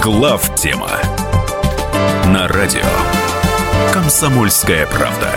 Главтема на радио «Комсомольская правда».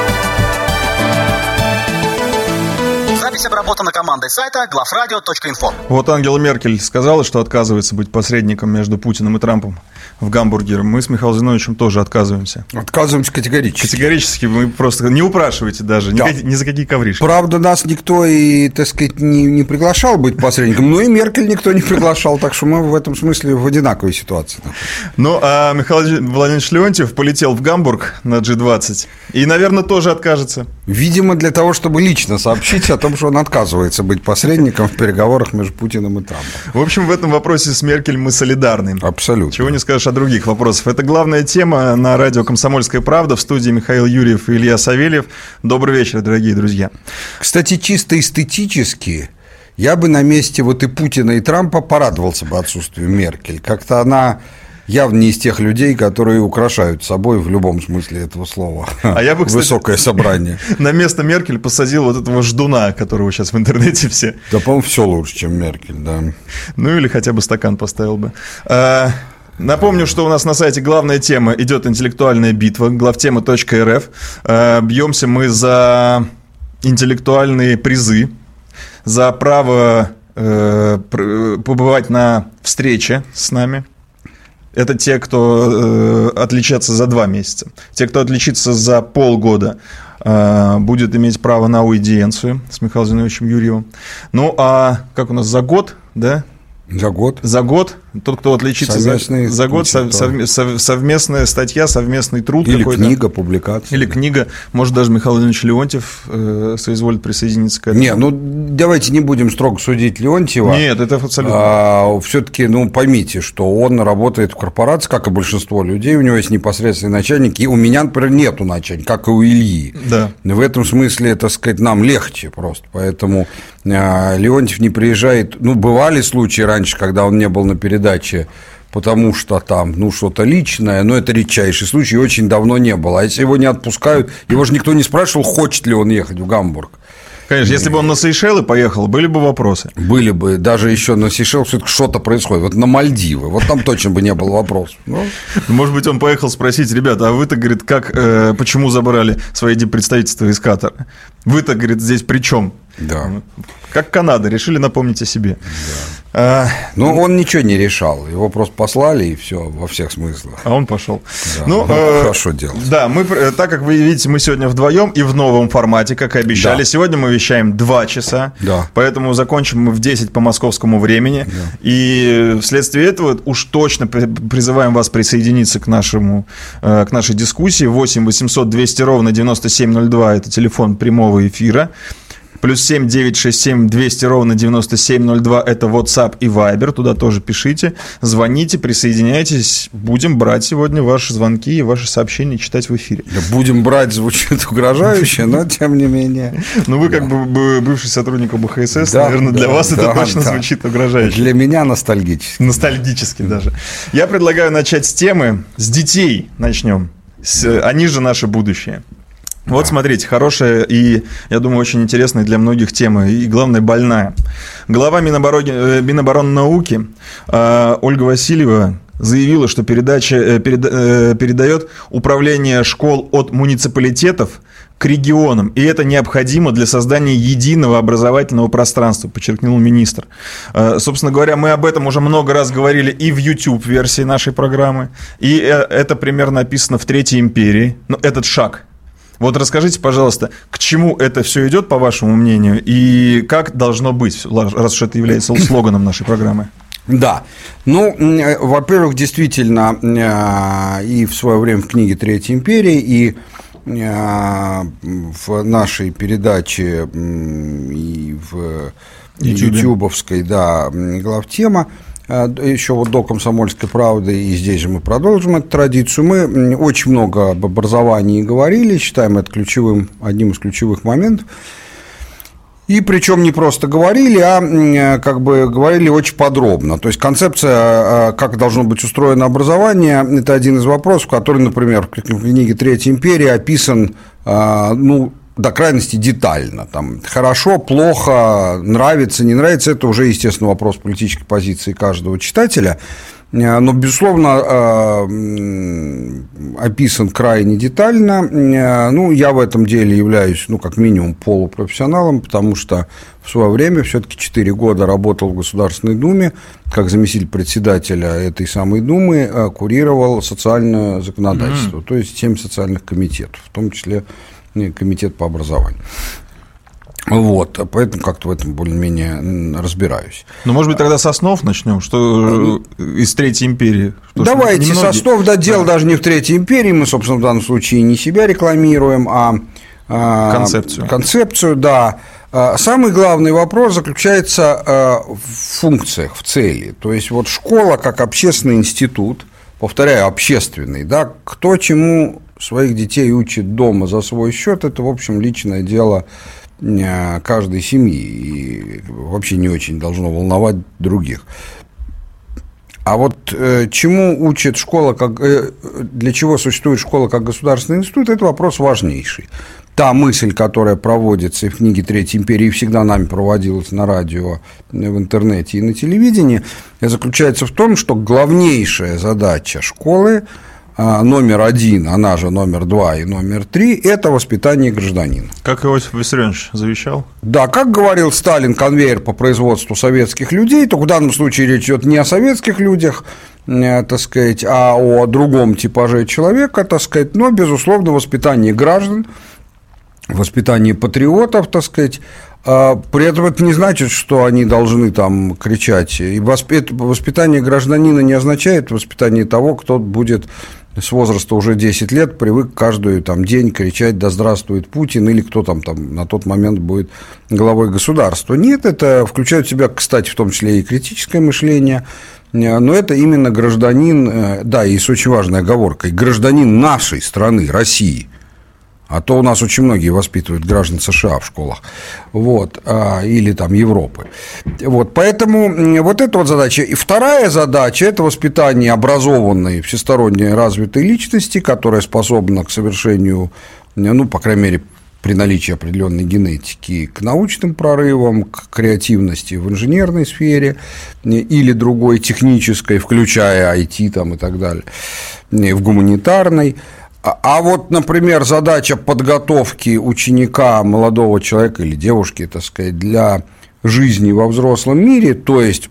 Запись обработана командой сайта главрадио.инфо. Вот Ангела Меркель сказала, что отказывается быть посредником между Путиным и Трампом в гамбургере. Мы с Михаилом Зиновьевичем тоже отказываемся. Отказываемся категорически. Категорически. Вы просто не упрашивайте даже, да. Ни за какие ковришки. Правда, нас никто и, так сказать, не приглашал быть посредником, но и Меркель никто не приглашал, так что мы в этом смысле в одинаковой ситуации. Ну, а Михаил Владимирович Леонтьев полетел в Гамбург на G20 и, наверное, тоже откажется. Видимо, для того, чтобы лично сообщить о том, что он отказывается быть посредником в переговорах между Путиным и Трампом. В общем, в этом вопросе с Меркель мы солидарны. Абсолютно. Чего не скажешь о других вопросах. Это главная тема на радио «Комсомольская правда». В студии Михаил Юрьев и Илья Савельев. Добрый вечер, дорогие друзья. Кстати, чисто эстетически я бы на месте вот и Путина, и Трампа порадовался бы отсутствию Меркель. Как-то она явно не из тех людей, которые украшают собой в любом смысле этого слова. А я бы, кстати, высокое собрание. На место Меркель посадил вот этого ждуна, которого сейчас в интернете все. Да, по-моему, все лучше, чем Меркель, да. Ну или хотя бы стакан поставил бы. Напомню, что у нас на сайте главная тема идет интеллектуальная битва, главтема.рф. Бьемся мы за интеллектуальные призы, за право побывать на встрече с нами. Это те, кто отличатся за 2 месяца. Те, кто отличится за полгода, будет иметь право на аудиенцию с Михаилом Зиновичем Юрьевым. Ну, а как у нас, за год, да? За год. За год. Тот, кто отличится за год, совместная статья, совместный труд. Или какой-то. Книга, публикация. Или книга. Может, даже Михаил Владимирович Леонтьев соизволит присоединиться к этому. Не, ну давайте не будем строго судить Леонтьева. Нет, это абсолютно. Все-таки, поймите, что он работает в корпорации, как и большинство людей, у него есть непосредственный начальник, и у меня, например, нету начальника, как и у Ильи. Да. В этом смысле, так сказать, нам легче просто. Поэтому Леонтьев не приезжает. Бывали случаи раньше, когда он не был на передаче, потому что там, что-то личное, но это редчайший случай, очень давно не было. А если его не отпускают, его же никто не спрашивал, хочет ли он ехать в Гамбург. Конечно, если бы он на Сейшелы поехал, были бы вопросы. Были бы, даже еще на Сейшелах все-таки что-то происходит. Вот на Мальдивы, вот там точно бы не было вопросов. Может быть, он поехал спросить: ребята, а вы-то, говорит, почему забрали свои диппредставительства из Катара? Вы-то, говорит, здесь при чем? Да. Как Канада, решили напомнить о себе. Да. Но он ничего не решал, его просто послали, и все во всех смыслах. А он пошел. Да, хорошо делал. Да, так как вы видите, мы сегодня вдвоем и в новом формате, как и обещали. Да. Сегодня мы вещаем 2 часа, да. Поэтому закончим мы в 10 по московскому времени. Да. И вследствие этого уж точно призываем вас присоединиться к нашей дискуссии. 8 800 200 ровно 9702 – это телефон прямого эфира. +7 967 200 ровно 9702 – это WhatsApp и Viber, туда тоже пишите, звоните, присоединяйтесь, будем брать сегодня ваши звонки и ваши сообщения читать в эфире. Да, будем брать звучит угрожающе, но тем не менее. Вы как бы бывший сотрудник ОБХСС, наверное, для вас это точно звучит угрожающе. Для меня ностальгически. Ностальгически даже. Я предлагаю начать с темы, с детей начнем, они же наше будущее. Вот смотрите, хорошая и, я думаю, очень интересная для многих тема, и, главное, больная. Глава Минобороны науки Ольга Васильева заявила, что передает управление школ от муниципалитетов к регионам, и это необходимо для создания единого образовательного пространства, подчеркнул министр. Собственно говоря, мы об этом уже много раз говорили и в YouTube-версии нашей программы, и это примерно описано в Третьей империи, но этот шаг. Вот расскажите, пожалуйста, к чему это все идет, по вашему мнению, и как должно быть, раз уж это является слоганом нашей программы? Да. Во-первых, действительно, и в свое время в книге «Третья империя», и в нашей передаче, и в ютубовской, главтема, еще вот до «Комсомольской правды», и здесь же мы продолжим эту традицию. Мы очень много об образовании говорили, считаем это одним из ключевых моментов. И причем не просто говорили, а говорили очень подробно. То есть концепция, как должно быть устроено образование, это один из вопросов, который, например, в книге «Третья империя» описан, до крайности детально. Там хорошо, плохо, нравится, не нравится, это уже, естественно, вопрос политической позиции каждого читателя. но, безусловно, описан крайне детально. Ну, я в этом деле являюсь, ну, как минимум, полупрофессионалом, потому что в свое время все-таки 4 года работал в Государственной Думе, как заместитель председателя этой самой Думы, курировал социальное законодательство, то есть 7 социальных комитетов, в том числе комитет по образованию. Вот, поэтому как-то в этом более-менее разбираюсь. Ну, может быть, тогда с основ начнем, что из Третьей империи. Давайте с основ, да, дело даже не в Третьей империи, мы, собственно, в данном случае не себя рекламируем, а концепцию, да. Самый главный вопрос заключается в функциях, в цели. То есть, вот школа как общественный институт, повторяю, общественный, да, кто чему своих детей учит дома за свой счет, это, в общем, личное дело каждой семьи и вообще не очень должно волновать других. А вот чему учит школа, для чего существует школа как государственный институт, это вопрос важнейший. Та мысль, которая проводится и в книге «Третьей империи», всегда нами проводилась на радио, в интернете и на телевидении, заключается в том, что главнейшая задача школы номер 1, она же номер 2 и номер 3 – это воспитание гражданина. Как Иосиф Виссарионович завещал? Да, как говорил Сталин, конвейер по производству советских людей, то в данном случае речь идет не о советских людях, так сказать, а о другом типаже человека, так сказать, но, безусловно, воспитание граждан, воспитание патриотов, так сказать. При этом это не значит, что они должны там кричать. И воспитание гражданина не означает воспитание того, кто будет с возраста уже 10 лет привык каждый там день кричать «Да здравствует Путин» или кто там на тот момент будет главой государства. Нет, это включает в себя, кстати, в том числе и критическое мышление, но это именно гражданин, да, и с очень важной оговоркой, гражданин нашей страны, России. А то у нас очень многие воспитывают граждан США в школах, вот, или там Европы. Вот, поэтому вот эта вот задача. И вторая задача – это воспитание образованной, всесторонне развитой личности, которая способна к совершению, ну, по крайней мере, при наличии определенной генетики, к научным прорывам, к креативности в инженерной сфере или другой технической, включая IT там, и так далее, в гуманитарной. А вот, например, задача подготовки ученика, молодого человека или девушки, так сказать, для жизни во взрослом мире, то есть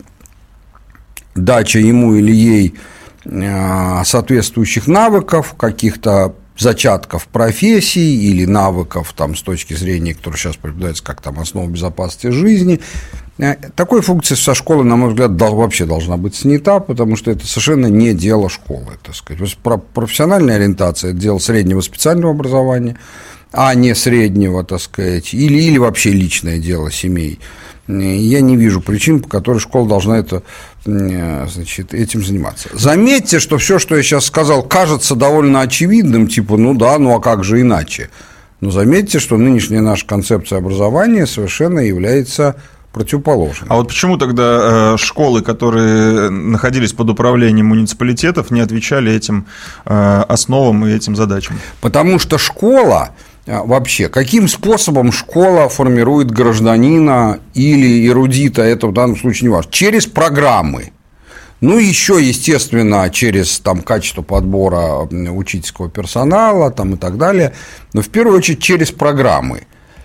дача ему или ей соответствующих навыков, каких-то зачатков профессий или навыков там, с точки зрения, которые сейчас преподаются как там, основа безопасности жизни. Такой функции со школы, на мой взгляд, вообще должна быть снята, потому что это совершенно не дело школы. Так сказать. Профессиональная ориентация – это дело среднего специального образования, а не среднего, так сказать, или вообще личное дело семей. Я не вижу причин, по которой школа должна значит, этим заниматься. Заметьте, что все, что я сейчас сказал, кажется довольно очевидным, типа, ну да, ну а как же иначе? Но заметьте, что нынешняя наша концепция образования совершенно является противоположным. А вот почему тогда школы, которые находились под управлением муниципалитетов, не отвечали этим основам и этим задачам? Потому что школа, вообще, каким способом школа формирует гражданина или эрудита, это в данном случае не важно, через программы. Ну, еще, естественно, через там, качество подбора учительского персонала там, и так далее, но в первую очередь через программы.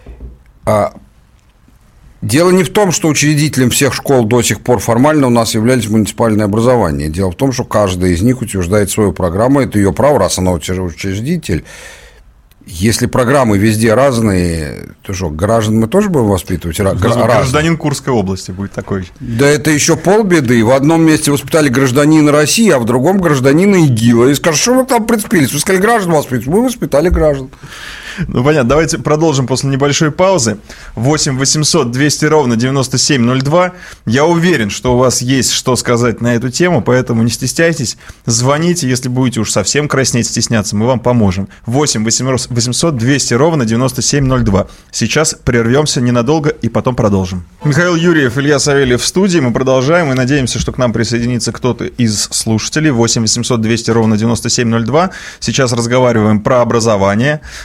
Дело не в том, что учредителем всех школ до сих пор формально у нас являлись муниципальные образования. Дело в том, что каждая из них утверждает свою программу, это ее право, раз она учредитель. Если программы везде разные, то что, граждан мы тоже будем воспитывать? Гражданин Курской области будет такой. Да это еще полбеды. В одном месте воспитали гражданина России, а в другом гражданина ИГИЛа. И скажут, что вы там прицепились? Вы сказали, граждан воспитывать. Мы воспитали граждан. Ну, понятно. Давайте продолжим после небольшой паузы. 8 800 200 ровно 9702. Я уверен, что у вас есть что сказать на эту тему, поэтому не стесняйтесь. Звоните, если будете уж совсем краснеть, стесняться, мы вам поможем. 8 800 200 ровно 9702. Сейчас прервемся ненадолго и потом продолжим. Михаил Юрьев, Илья Савельев в студии. Мы продолжаем и надеемся, что к нам присоединится кто-то из слушателей. 8 800 200 ровно 9702. Сейчас разговариваем про образование.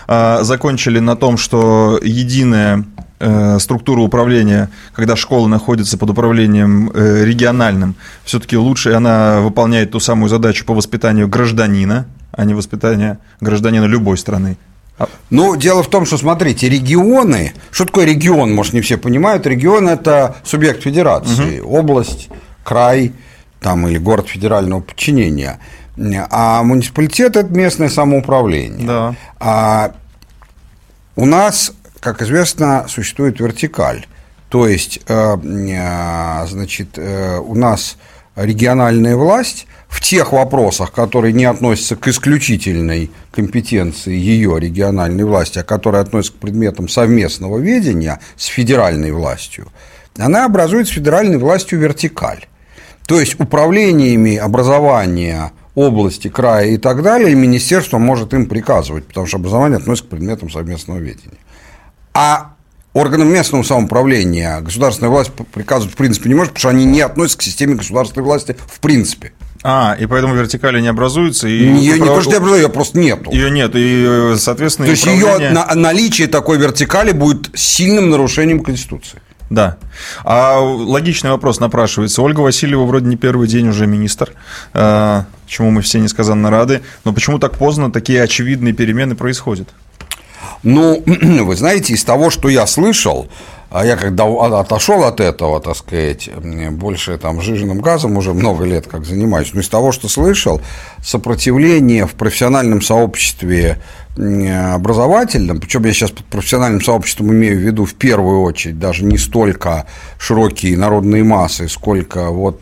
закончили на том, что единая структура управления, когда школа находится под управлением региональным, все-таки лучше она выполняет ту самую задачу по воспитанию гражданина, а не воспитание гражданина любой страны. Ну, дело в том, что, смотрите, регионы, что такое регион, может, не все понимают, регион – это субъект федерации, область, край там, или город федерального подчинения, а муниципалитет – это местное самоуправление. Да. А у нас, как известно, существует вертикаль, то есть, значит, у нас региональная власть в тех вопросах, которые не относятся к исключительной компетенции ее региональной власти, а которые относятся к предметам совместного ведения с федеральной властью, она образует с федеральной властью вертикаль. То есть управлениями образования области, края и так далее министерство может им приказывать, потому что образование относится к предметам совместного ведения. А органам местного самоуправления государственная власть приказывать в принципе не может, потому что они не относятся к системе государственной власти в принципе. И поэтому вертикали не образуются. Ее не то, что не образуется, ее просто нету. Ее нет, и, соответственно, то есть наличие такой вертикали будет сильным нарушением Конституции. Да. А логичный вопрос напрашивается. Ольга Васильева вроде не первый день уже министр, чему мы все несказанно рады. Но почему так поздно такие очевидные перемены происходят? Ну, вы знаете, из того, что я слышал, а я когда отошел от этого, так сказать, больше там сжиженным газом уже много лет как занимаюсь, но из того, что слышал, сопротивление в профессиональном сообществе образовательном, причем я сейчас под профессиональным сообществом имею в виду в первую очередь даже не столько широкие народные массы, сколько вот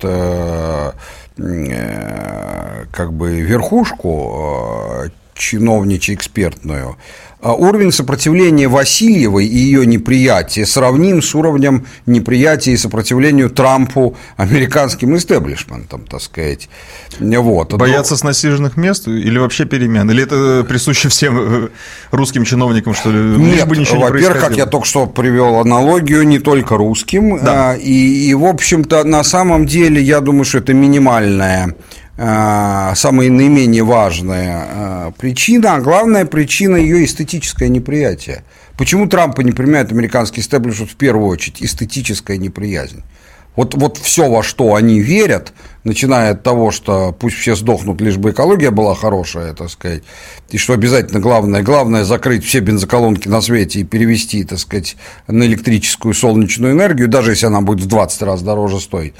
как бы верхушку чиновничью экспертную, уровень сопротивления Васильевой и ее неприятия сравним с уровнем неприятия и сопротивлению Трампу американским истеблишментом, так сказать. Вот. Боятся с насиженных мест или вообще перемен? Или это присуще всем русским чиновникам, что ли? Нет, во-первых, как я только что привел аналогию, не только русским. Да. И, в общем-то, на самом деле, я думаю, что это минимальная, самая наименее важная причина, а главная причина ее эстетическое неприятие. Почему Трампа не принимает американский истеблишмент в первую очередь? Эстетическая неприязнь. Вот все, во что они верят, начиная от того, что пусть все сдохнут, лишь бы экология была хорошая, так сказать, и что обязательно главное закрыть все бензоколонки на свете и перевести, так сказать, на электрическую солнечную энергию, даже если она будет в 20 раз дороже стоить,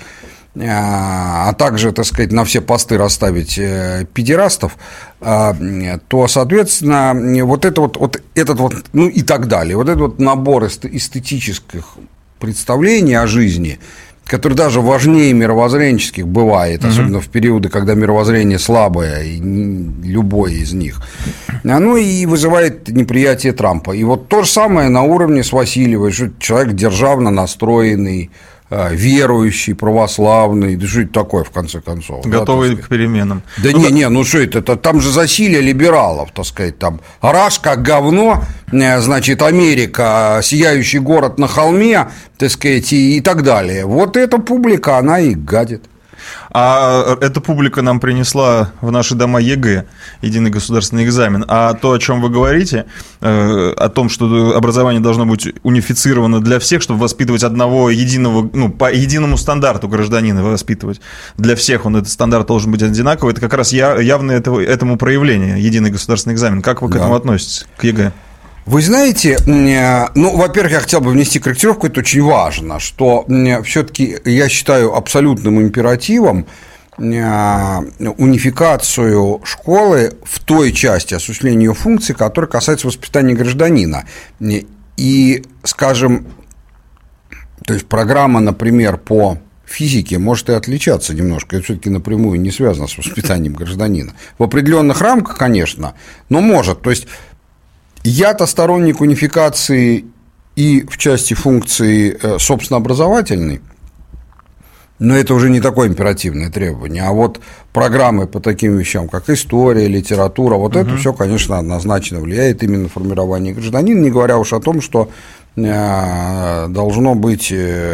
а также, так сказать, на все посты расставить педерастов, то, соответственно, вот этот ну и так далее, вот этот вот набор эстетических представлений о жизни, который даже важнее мировоззренческих бывает, особенно в периоды, когда мировоззрение слабое, любое из них, оно и вызывает неприятие Трампа. И вот то же самое на уровне с Васильевой, что человек державно настроенный, верующий, православный, да что это такое, в конце концов? Готовый к переменам. Да ну что это, там же засилие либералов, так сказать, там раш как говно, значит, Америка, сияющий город на холме, так сказать, и так далее. Вот эта публика, она и гадит. А эта публика нам принесла в наши дома ЕГЭ, единый государственный экзамен. А то, о чем вы говорите, о том, что образование должно быть унифицировано для всех, чтобы воспитывать одного единого, ну, по единому стандарту гражданина воспитывать для всех, этот стандарт должен быть одинаковый, это как раз явное этому проявление, единый государственный экзамен. Как вы к этому относитесь, к ЕГЭ? Вы знаете, ну, во-первых, я хотел бы внести корректировку, это очень важно, что все-таки я считаю абсолютным императивом унификацию школы в той части осуществления ее функций, которая касается воспитания гражданина. И, скажем, то есть программа, например, по физике может и отличаться немножко, это все-таки напрямую не связано с воспитанием гражданина. В определенных рамках, конечно, но может. То есть я-то сторонник унификации и в части функции, собственно, образовательной, но это уже не такое императивное требование. А вот программы по таким вещам, как история, литература, вот это все, конечно, однозначно влияет именно на формирование гражданина, не говоря уж о том, что должно быть и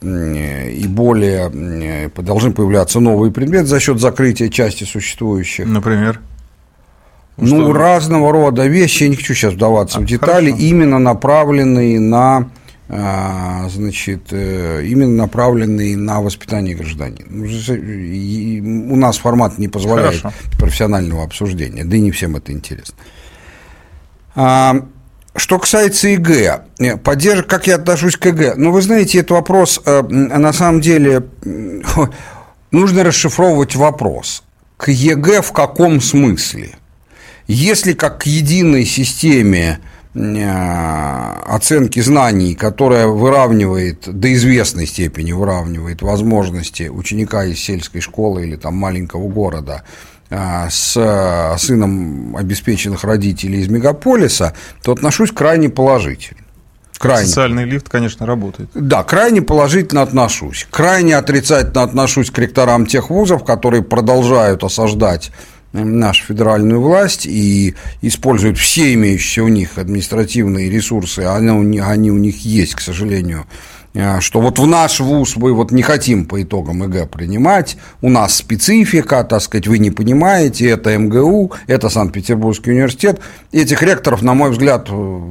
более, должны появляться новые предметы за счет закрытия части существующих. Например? Ну, разного рода вещи, я не хочу сейчас вдаваться в детали, хорошо. именно направленные на, значит, именно направленные на воспитание гражданина. У нас формат не позволяет профессионального обсуждения, да и не всем это интересно. Что касается ЕГЭ, как я отношусь к ЕГЭ? Ну, вы знаете, этот вопрос, на самом деле, нужно расшифровывать вопрос. К ЕГЭ в каком смысле? Если как к единой системе оценки знаний, которая выравнивает, до известной степени выравнивает возможности ученика из сельской школы или там маленького города с сыном обеспеченных родителей из мегаполиса, то отношусь крайне положительно. Социальный лифт, конечно, работает. Да, крайне положительно отношусь. Крайне отрицательно отношусь к ректорам тех вузов, которые продолжают осаждать нашу федеральную власть и используют все имеющиеся у них административные ресурсы, они у них есть, к сожалению, что вот в наш вуз мы вот не хотим по итогам ЕГЭ принимать, у нас специфика, так сказать, вы не понимаете, это МГУ, это Санкт-Петербургский университет. Этих ректоров, на мой взгляд,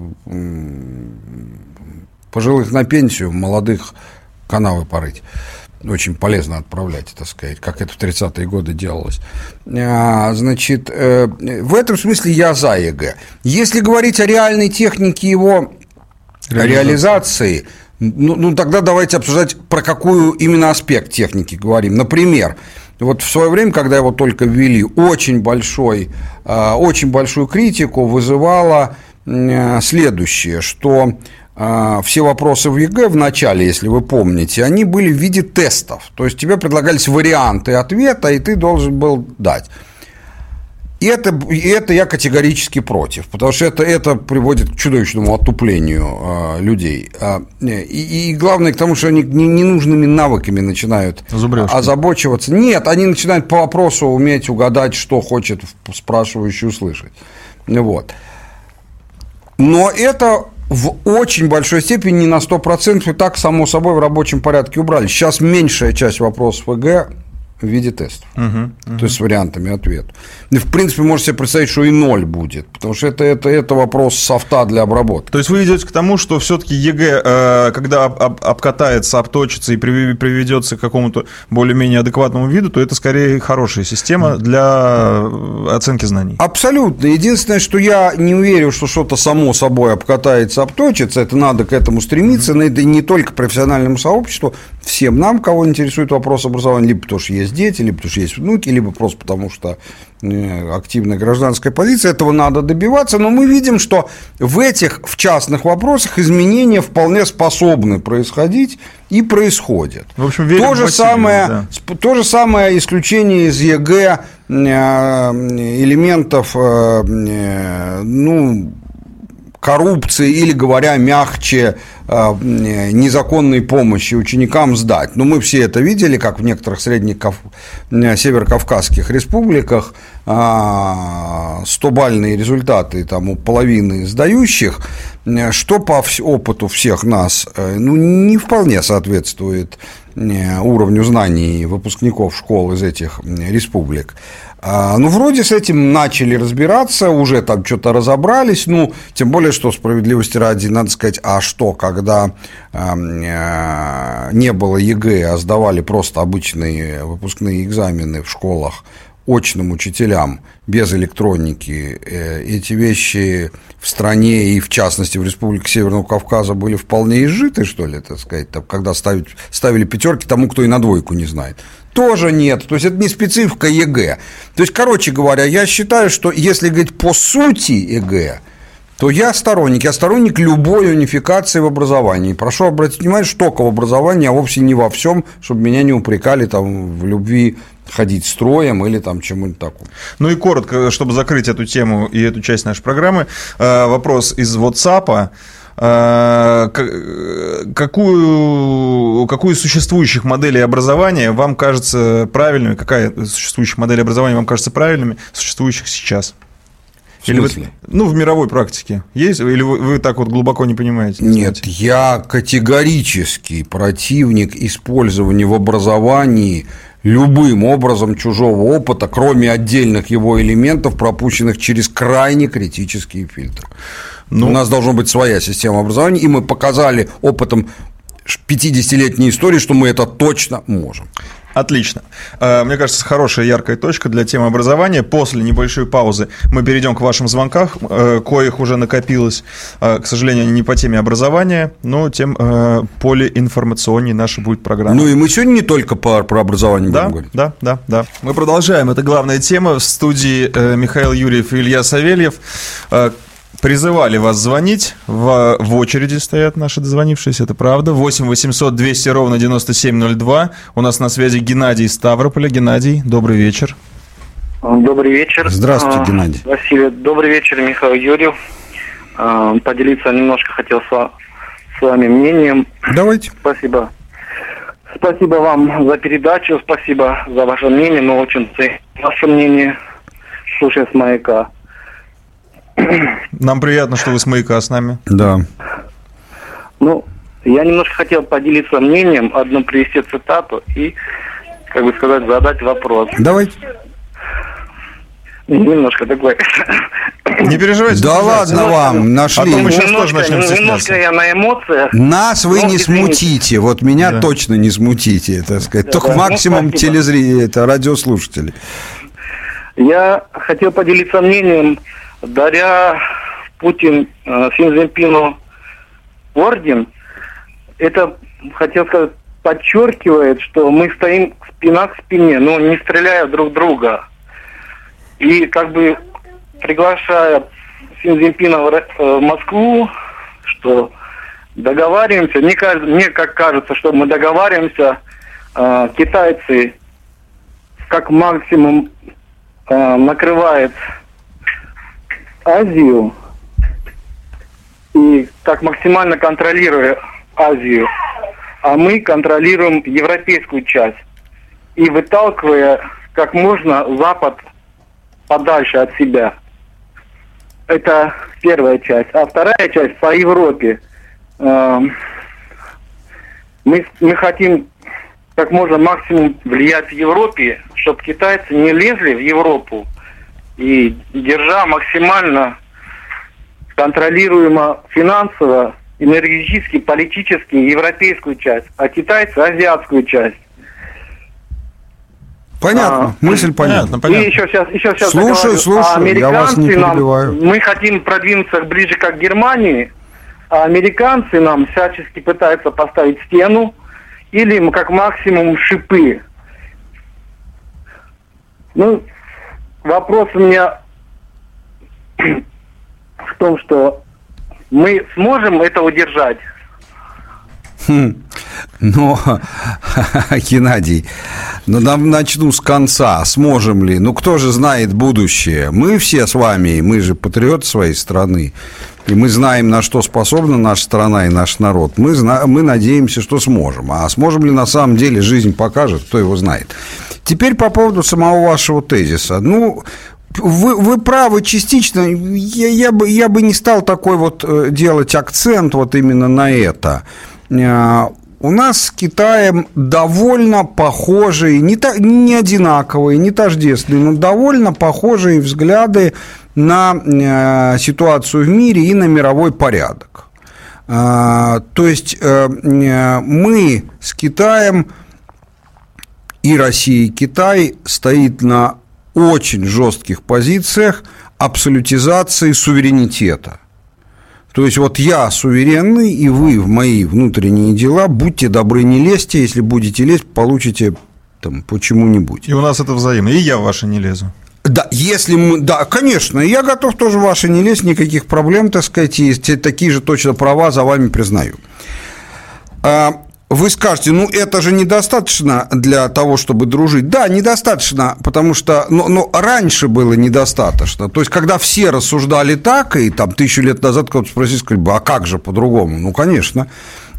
пожилых на пенсию, молодых канавы порыть. Очень полезно отправлять, так сказать, как это в 30-е годы делалось. Значит, в этом смысле я за ЕГЭ. Если говорить о реальной технике его реализации, ну, тогда давайте обсуждать, про какую именно аспект техники говорим. Например, вот в свое время, когда его только ввели, очень большую критику вызывало следующее, что все вопросы в ЕГЭ в начале, если вы помните, они были в виде тестов. То есть тебе предлагались варианты ответа, и ты должен был дать. И это я категорически против, потому что это приводит к чудовищному отуплению людей. И главное к тому, что они ненужными навыками начинают озабочиваться. Нет, они начинают по вопросу уметь угадать, что хочет спрашивающий услышать. Вот. Но это в очень большой степени, не на 100%, и так, само собой, в рабочем порядке убрали. Сейчас меньшая часть вопросов ЕГЭ в виде тестов, то есть с вариантами ответа. И, в принципе, можете себе представить, что и 0 будет, потому что это вопрос софта для обработки. То есть вы идете к тому, что все-таки ЕГЭ, когда обкатается, обточится и приведется к какому-то более-менее адекватному виду, то это скорее хорошая система для оценки знаний. Абсолютно. Единственное, что я не уверен, что что-то само собой обкатается, обточится, это надо к этому стремиться, но это не только профессиональному сообществу, всем нам, кого интересует вопрос образования, либо потому что есть дети, либо потому что есть внуки, либо просто потому что активная гражданская позиция, этого надо добиваться, но мы видим, что в частных вопросах изменения вполне способны происходить и происходят. В общем, то же самое исключение из ЕГЭ элементов, коррупции или, говоря мягче, незаконной помощи ученикам сдать. Но мы все это видели, как в некоторых северокавказских республиках 100-бальные результаты там, у половины сдающих, что по опыту всех нас не вполне соответствует уровню знаний выпускников школ из этих республик. Вроде с этим начали разбираться, уже там что-то разобрались, тем более, что справедливости ради, надо сказать, а что, когда не было ЕГЭ, а сдавали просто обычные выпускные экзамены в школах очным учителям без электроники, эти вещи в стране и, в частности, в Республике Северного Кавказа были вполне изжиты, что ли, так сказать, там, когда ставили пятерки тому, кто и на двойку не знает. Тоже нет, то есть это не специфика ЕГЭ. То есть, короче говоря, я считаю, что если говорить по сути ЕГЭ, то я сторонник любой унификации в образовании. Прошу обратить внимание, что только в образовании, а вовсе не во всем, чтобы меня не упрекали там в любви ходить строем или там чему-нибудь такому. И коротко, чтобы закрыть эту тему и эту часть нашей программы, вопрос из WhatsApp. Какую из существующих моделей образования вам кажется правильными, какая из существующих моделей образования вам кажется правильными, существующих сейчас? В смысле? В мировой практике есть? Или вы так вот глубоко не понимаете? Нет, я категорический противник использования в образовании любым образом чужого опыта, кроме отдельных его элементов, пропущенных через крайне критические фильтры. У нас должна быть своя система образования, и мы показали опытом 50-летней истории, что мы это точно можем. Отлично. Мне кажется, хорошая яркая точка для темы образования. После небольшой паузы мы перейдем к вашим звонкам, коих уже накопилось. К сожалению, не по теме образования, но тем более информационнее наша будет программа. Ну и мы сегодня не только про образование будем говорить. Да. Мы продолжаем. Это главная тема. В студии Михаил Юрьев и Илья Савельев. Призывали вас звонить, в очереди стоят наши дозвонившиеся, это правда. 8 800 200 ровно 9702. У нас на связи Геннадий из Ставрополя. Геннадий, добрый вечер. Добрый вечер. Здравствуйте, Геннадий. Василий, добрый вечер, Михаил Юрьев. Поделиться немножко хотел с вами мнением. Давайте. Спасибо. Спасибо вам за передачу, спасибо за ваше мнение, но очень ценю ваше мнение, слушая с «Маяка». Нам приятно, что вы с «Маяка» с нами. Да. Ну, я немножко хотел поделиться мнением, одну привести цитату и, как бы сказать, задать вопрос. Давайте. Немножко такой... Не переживайте. Да ладно вам, нашли. А то мы сейчас тоже начнем стесняться. Немножко я на эмоциях. Нас вы не смутите, вот меня точно не смутите, так сказать. Только максимум телезрители, это радиослушатели. Я хотел поделиться мнением, даря Путин Си Цзиньпину орден, это, хотел сказать, подчеркивает, что мы стоим спина к спине, но не стреляя друг друга. И как бы приглашая Си Цзиньпина в Москву, что договариваемся, мне как кажется, что мы договариваемся, китайцы как максимум накрывает Азию и так максимально контролируя Азию, а мы контролируем европейскую часть и выталкивая как можно Запад подальше от себя. Это первая часть. А вторая часть по Европе. Мы хотим как можно максимум влиять в Европе, чтобы китайцы не лезли в Европу и держа максимально контролируемо финансово, энергетически, политически европейскую часть, а китайцы азиатскую часть. Понятно, мысль понятна. И еще сейчас слушаю, я вас не перебиваю. Мы хотим продвинуться ближе к Германии, а американцы нам всячески пытаются поставить стену или как максимум шипы. Ну, вопрос у меня в том, что мы сможем это удержать. Но, Геннадий, начну с конца. Сможем ли? Ну, кто же знает будущее? Мы все с вами, мы же патриоты своей страны. И мы знаем, на что способна наша страна и наш народ. Мы надеемся, что сможем. А сможем ли на самом деле, жизнь покажет, кто его знает. Теперь по поводу самого вашего тезиса. Ну, вы правы частично. Я бы не стал такой вот делать акцент вот именно на это. У нас с Китаем довольно похожие, не одинаковые, не тождественные, но довольно похожие взгляды на ситуацию в мире и на мировой порядок. То есть мы с Китаем, и Россия, и Китай стоит на очень жестких позициях абсолютизации суверенитета. То есть вот я суверенный, и вы в мои внутренние дела, будьте добры, не лезьте, если будете лезть, получите там почему-нибудь. И у нас это взаимно, и я в ваши не лезу. Да, если мы, да, конечно, я готов тоже в ваши не лезть, никаких проблем, так сказать, и такие же точно права за вами признаю. Вы скажете, ну, это же недостаточно для того, чтобы дружить. Да, недостаточно, потому что, но раньше было недостаточно. То есть, когда все рассуждали так, и там 1000 лет назад кого-то спросили, сказали бы, а как же по-другому? Ну, конечно.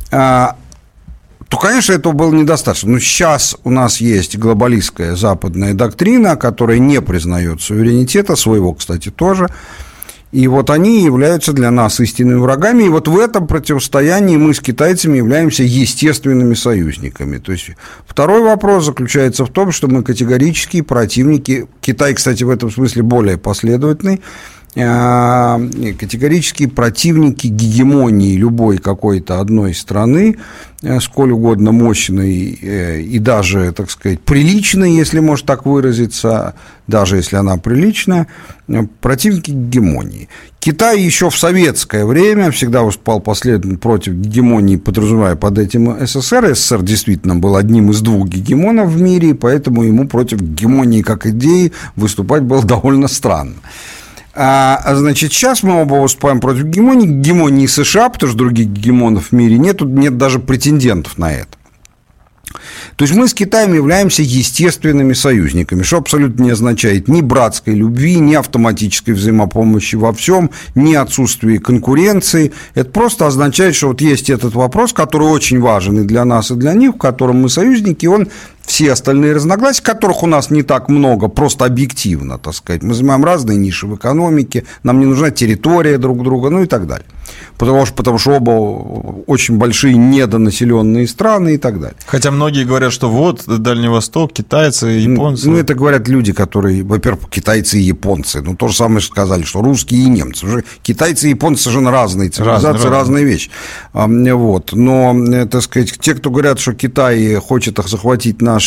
То, конечно, этого было недостаточно. Но сейчас у нас есть глобалистская западная доктрина, которая не признает суверенитета, своего, кстати, тоже. И вот они являются для нас истинными врагами. И вот в этом противостоянии мы с китайцами являемся естественными союзниками. То есть второй вопрос заключается в том, что мы категорические противники. Китай, кстати, в этом смысле более последовательный. Категорические противники гегемонии любой какой-то одной страны, сколь угодно мощной и даже, так сказать, приличной, если можно так выразиться, даже если она приличная, противники гегемонии. Китай еще в советское время всегда выступал последовательно против гегемонии, подразумевая под этим СССР. СССР действительно был одним из двух гегемонов в мире, и поэтому ему против гегемонии как идеи выступать было довольно странно. Значит, сейчас мы оба выступаем против гегемонии США, потому что других гегемонов в мире нет даже претендентов на это. То есть мы с Китаем являемся естественными союзниками, что абсолютно не означает ни братской любви, ни автоматической взаимопомощи во всем, ни отсутствия конкуренции. Это просто означает, что вот есть этот вопрос, который очень важен и для нас, и для них, в котором мы союзники, и он все остальные разногласия, которых у нас не так много, просто объективно, так сказать. Мы занимаем разные ниши в экономике, нам не нужна территория друг друга, ну и так далее. Потому что оба очень большие недонаселенные страны и так далее. Хотя многие говорят, что вот Дальний Восток, китайцы, японцы. Ну, это говорят люди, которые, во-первых, китайцы и японцы. Ну, то же самое сказали, что русские и немцы. Уже китайцы и японцы совершенно разные цивилизации, разные вещи. Вот. Но, так сказать, те, кто говорят, что Китай хочет захватить наш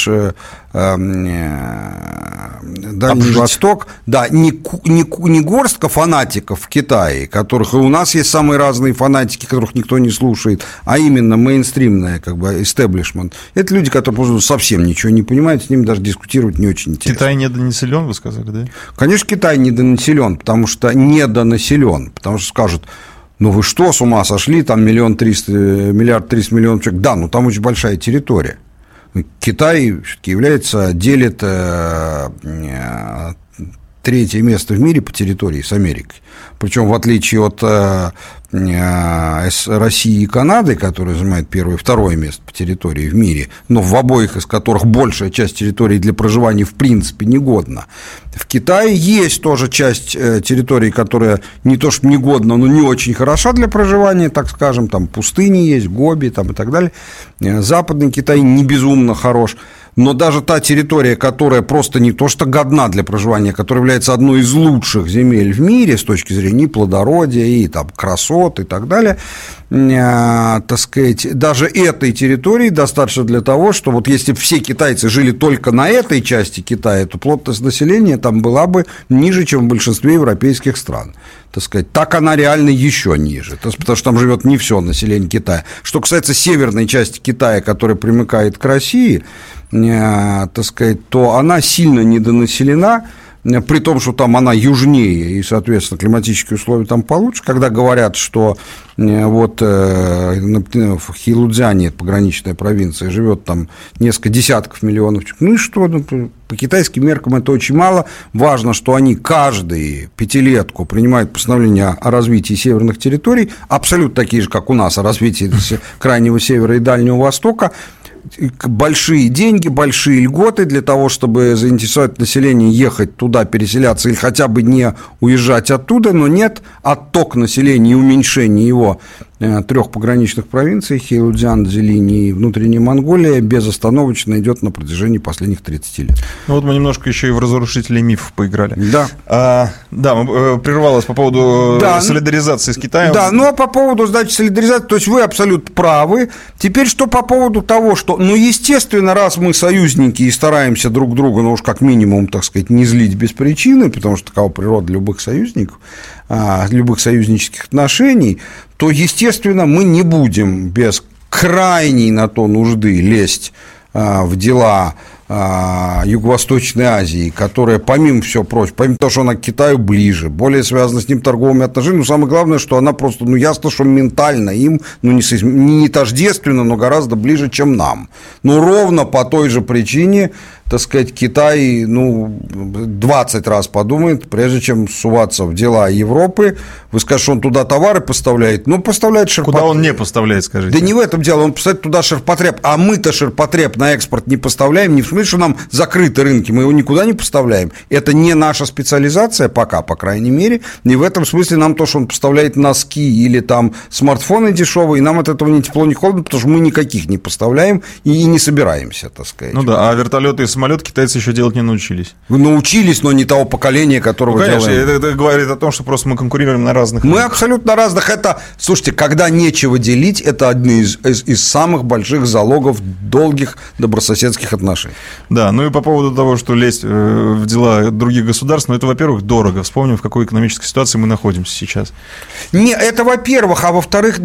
Дальний Восток, да, не горстка фанатиков в Китае, которых и у нас есть самые разные фанатики, которых никто не слушает, а именно мейнстримная, как бы, истеблишмент. Это люди, которые совсем ничего не понимают, с ними даже дискутировать не очень интересно. Китай недонаселен, вы сказали, да? Конечно, Китай недонаселен, потому что скажут: ну вы что, с ума сошли, там 1 миллиард 300 миллионов человек. Да, но там очень большая территория. Китай все-таки делит третье место в мире по территории с Америкой. Причем, в отличие от России и Канады, которые занимают первое и второе место по территории в мире, но в обоих из которых большая часть территории для проживания в принципе негодна, в Китае есть тоже часть территории, которая не то что негодна, но не очень хороша для проживания, так скажем, там пустыни есть, Гоби там, и так далее. Западный Китай не безумно хорош. Но даже та территория, которая просто не то что годна для проживания, которая является одной из лучших земель в мире с точки зрения и плодородия, и там красот, и так далее, так сказать, даже этой территории достаточно для того, что вот если бы все китайцы жили только на этой части Китая, то плотность населения там была бы ниже, чем в большинстве европейских стран. Так сказать, так она реально еще ниже, потому что там живет не все население Китая. Что касается северной части Китая, которая примыкает к России, так сказать, то она сильно недонаселена, при том, что там она южнее, и, соответственно, климатические условия там получше. Когда говорят, что вот в Хэйлунцзяне, пограничная провинция, живет там несколько десятков миллионов человек, ну и что, по китайским меркам это очень мало. Важно, что они каждую пятилетку принимают постановление о развитии северных территорий, абсолютно такие же, как у нас, о развитии Крайнего Севера и Дальнего Востока. Большие деньги, большие льготы для того, чтобы заинтересовать население ехать туда, переселяться или хотя бы не уезжать оттуда, но нет, отток населения и уменьшение его 3 пограничных провинций, Хэйлунцзян, Цзилинь и Внутренняя Монголия, безостановочно идет на протяжении последних 30 лет. Ну вот мы немножко еще и в разрушителей мифов поиграли. Да. Прервалось по поводу солидаризации с Китаем. Да, ну а по поводу, значит, солидаризации, то есть вы абсолютно правы. Теперь что по поводу того, что, ну, естественно, раз мы союзники и стараемся друг друга, ну уж как минимум, так сказать, не злить без причины, потому что такова природа любых союзников, любых союзнических отношений, то, естественно, мы не будем без крайней на то нужды лезть в дела Юго-Восточной Азии, которая, помимо всего прочего, помимо того, что она к Китаю ближе, более связана с ним торговыми отношениями, но самое главное, что она просто, ну, ясно, что ментально им, ну, не тождественно, но гораздо ближе, чем нам. Ну, ровно по той же причине, так сказать, Китай, ну, 20 раз подумает, прежде чем суваться в дела Европы. Вы скажете, что он туда товары поставляет? Ну, поставляет ширпотреб. Куда он не поставляет, скажите? Да не в этом дело, он поставляет туда ширпотреб, а мы-то ширпотреб на экспорт не поставляем, не в смысле, говорит, что нам закрыты рынки, мы его никуда не поставляем. Это не наша специализация пока, по крайней мере. И в этом смысле нам то, что он поставляет носки или там смартфоны дешевые, нам от этого ни тепло, ни холодно, потому что мы никаких не поставляем и не собираемся, так сказать. Ну да, а вертолеты и самолеты китайцы еще делать не научились. Научились, но не того поколения, которого конечно, делаем. Это говорит о том, что просто мы конкурируем на разных Мы рынках. абсолютно разных. Это, слушайте, когда нечего делить, это одни из самых больших залогов долгих добрососедских отношений. Да, ну и по поводу того, что лезть в дела других государств, ну это, во-первых, дорого. Вспомним, в какой экономической ситуации мы находимся сейчас. Не, это во-первых, а во-вторых,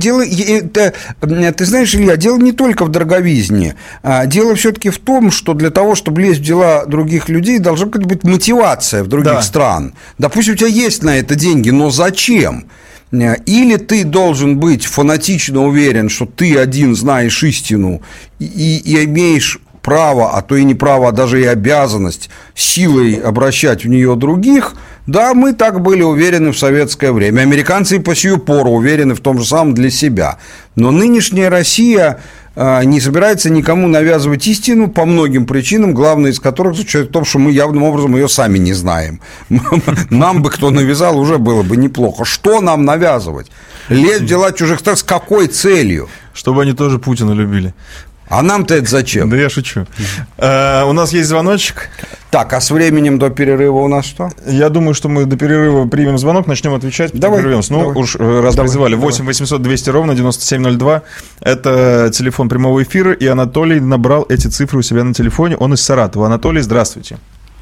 ты знаешь, Илья, дело не только в дороговизне. Дело все-таки в том, что для того, чтобы лезть в дела других людей, должна быть мотивация в других стран. Допустим, у тебя есть на это деньги, но зачем? Или ты должен быть фанатично уверен, что ты один знаешь истину и имеешь право, а то и не право, а даже и обязанность силой обращать в нее других. Да, мы так были уверены в советское время. Американцы и по сию пору уверены в том же самом для себя. Но нынешняя Россия не собирается никому навязывать истину по многим причинам, главная из которых заключается в том, что мы явным образом ее сами не знаем. Нам бы кто навязал, уже было бы неплохо. Что нам навязывать? Лезть в дела чужих стран с какой целью? Чтобы они тоже Путина любили. А нам-то это зачем? Да я шучу. У нас есть звоночек. Так, а с временем до перерыва у нас что? Я думаю, что мы до перерыва примем звонок, начнем отвечать, давай, прервемся. Ну, давай. уж раз призывали, 8 800 200 ровно 9702. Это телефон прямого эфира, и Анатолий набрал эти цифры у себя на телефоне. Он из Саратова. Анатолий, здравствуйте.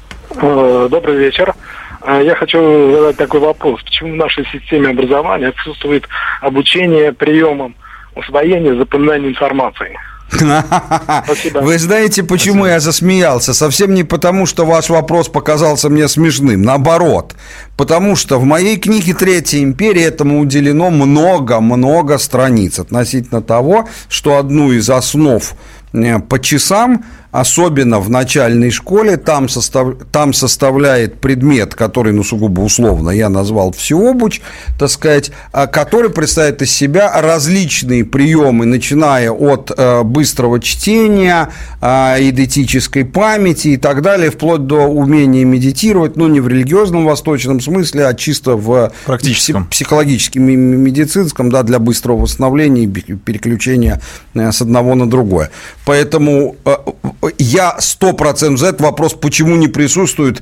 Добрый вечер. Я хочу задать такой вопрос. Почему в нашей системе образования отсутствует обучение приемам усвоения, запоминания информации? Спасибо. Вы знаете, почему я засмеялся? Совсем не потому, что ваш вопрос показался мне смешным. Наоборот. Потому что в моей книге «Третья империя» этому уделено много-много страниц относительно того, что одну из основ по часам, особенно в начальной школе, там составляет предмет, который, сугубо условно я назвал всеобуч, так сказать, который представляет из себя различные приемы, начиная от быстрого чтения, эйдетической памяти и так далее, вплоть до умения медитировать, не в религиозном восточном смысле, а чисто в психологическом, медицинском, да, для быстрого восстановления и переключения с одного на другое. Поэтому я 100% за этот вопрос, почему не присутствует.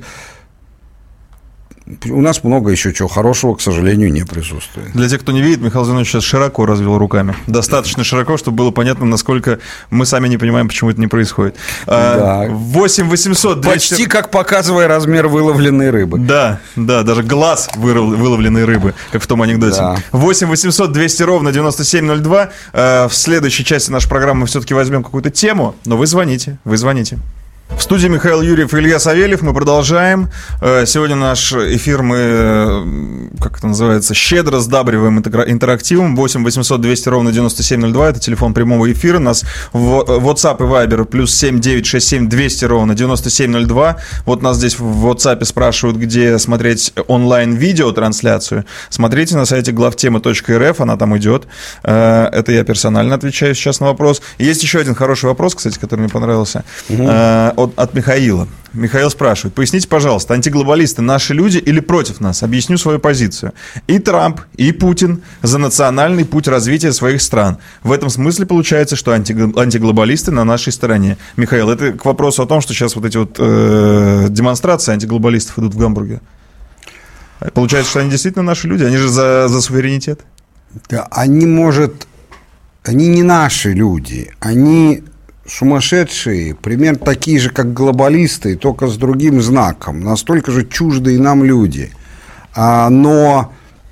У нас много еще чего хорошего, к сожалению, не присутствует. Для тех, кто не видит, Михаил Зинович сейчас широко развел руками. Достаточно широко, чтобы было понятно, насколько мы сами не понимаем, почему это не происходит. Да. 8 800 200... Почти как показывая размер выловленной рыбы. Да, даже глаз выловленной рыбы, как в том анекдоте. Да. 8 800 200 ровно 9702. В следующей части нашей программы мы все-таки возьмем какую-то тему, но вы звоните. В студии Михаил Юрьев и Илья Савельев. Мы продолжаем. Сегодня наш эфир мы, как это называется, щедро сдабриваем интерактивом. 8 800 200 ровно 9702. Это телефон прямого эфира. Нас в WhatsApp и Viber +7 967 200 ровно 9702. Вот нас здесь в WhatsApp спрашивают, где смотреть онлайн-видеотрансляцию. Смотрите на сайте главтема.рф. Она там идет. Это я персонально отвечаю сейчас на вопрос. Есть еще один хороший вопрос, кстати, который мне понравился. От Михаила. Михаил спрашивает: поясните, пожалуйста, антиглобалисты наши люди или против нас? Объясню свою позицию. И Трамп, и Путин за национальный путь развития своих стран. В этом смысле получается, что антиглобалисты на нашей стороне. Михаил, это к вопросу о том, что сейчас вот эти вот демонстрации антиглобалистов идут в Гамбурге. Получается, что они действительно наши люди? Они же за суверенитет? Да, они не наши люди. Они сумасшедшие, примерно такие же, как глобалисты, только с другим знаком, настолько же чуждые нам люди. Но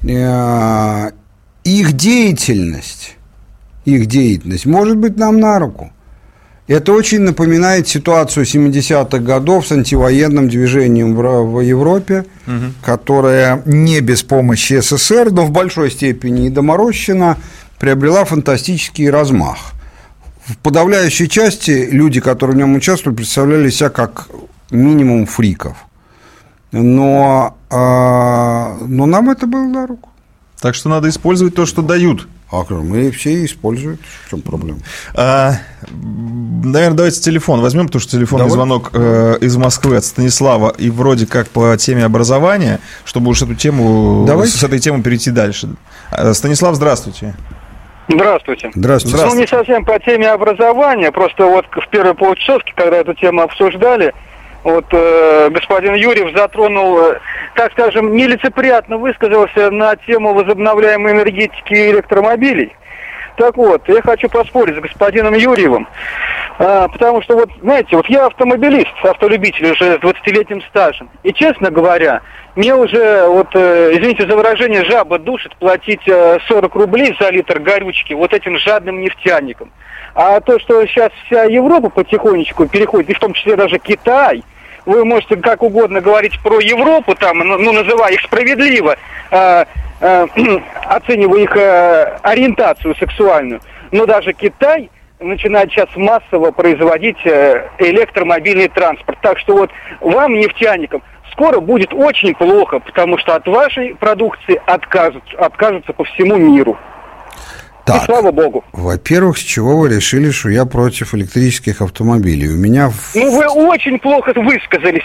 их деятельность может быть нам на руку. Это очень напоминает ситуацию 70-х годов с антивоенным движением в Европе, которая не без помощи СССР, но в большой степени и доморощена, приобрела фантастический размах. В подавляющей части люди, которые в нем участвовали, представляли себя как минимум фриков. Но нам это было на руку. Так что надо использовать то, что дают. Мы все используют. В чем проблема? наверное, давайте телефон возьмем, потому что телефонный звонок из Москвы от Станислава, и вроде как по теме образования, чтобы уж эту тему, с этой темы перейти дальше. Станислав, здравствуйте. Здравствуйте. Здравствуйте. Ну, не совсем по теме образования, просто вот в первой полчасовке, когда эту тему обсуждали, вот господин Юрьев затронул, так скажем, нелицеприятно высказался на тему возобновляемой энергетики и электромобилей. Так вот, я хочу поспорить с господином Юрьевым, потому что, вот, знаете, вот я автомобилист, автолюбитель уже с 20-летним стажем, и, честно говоря, мне уже, вот, извините за выражение, жаба душит платить 40 рублей за литр горючки вот этим жадным нефтяникам. А то, что сейчас вся Европа потихонечку переходит, и в том числе даже Китай, вы можете как угодно говорить про Европу, там, ну называя их справедливо, оценивая их ориентацию сексуальную, но даже Китай начинает сейчас массово производить электромобильный транспорт. Так что вот вам, нефтяникам, скоро будет очень плохо, потому что от вашей продукции откажутся по всему миру. Так, и слава богу. Во-первых, с чего вы решили, что я против электрических автомобилей? У меня... Ну, вы очень плохо высказались.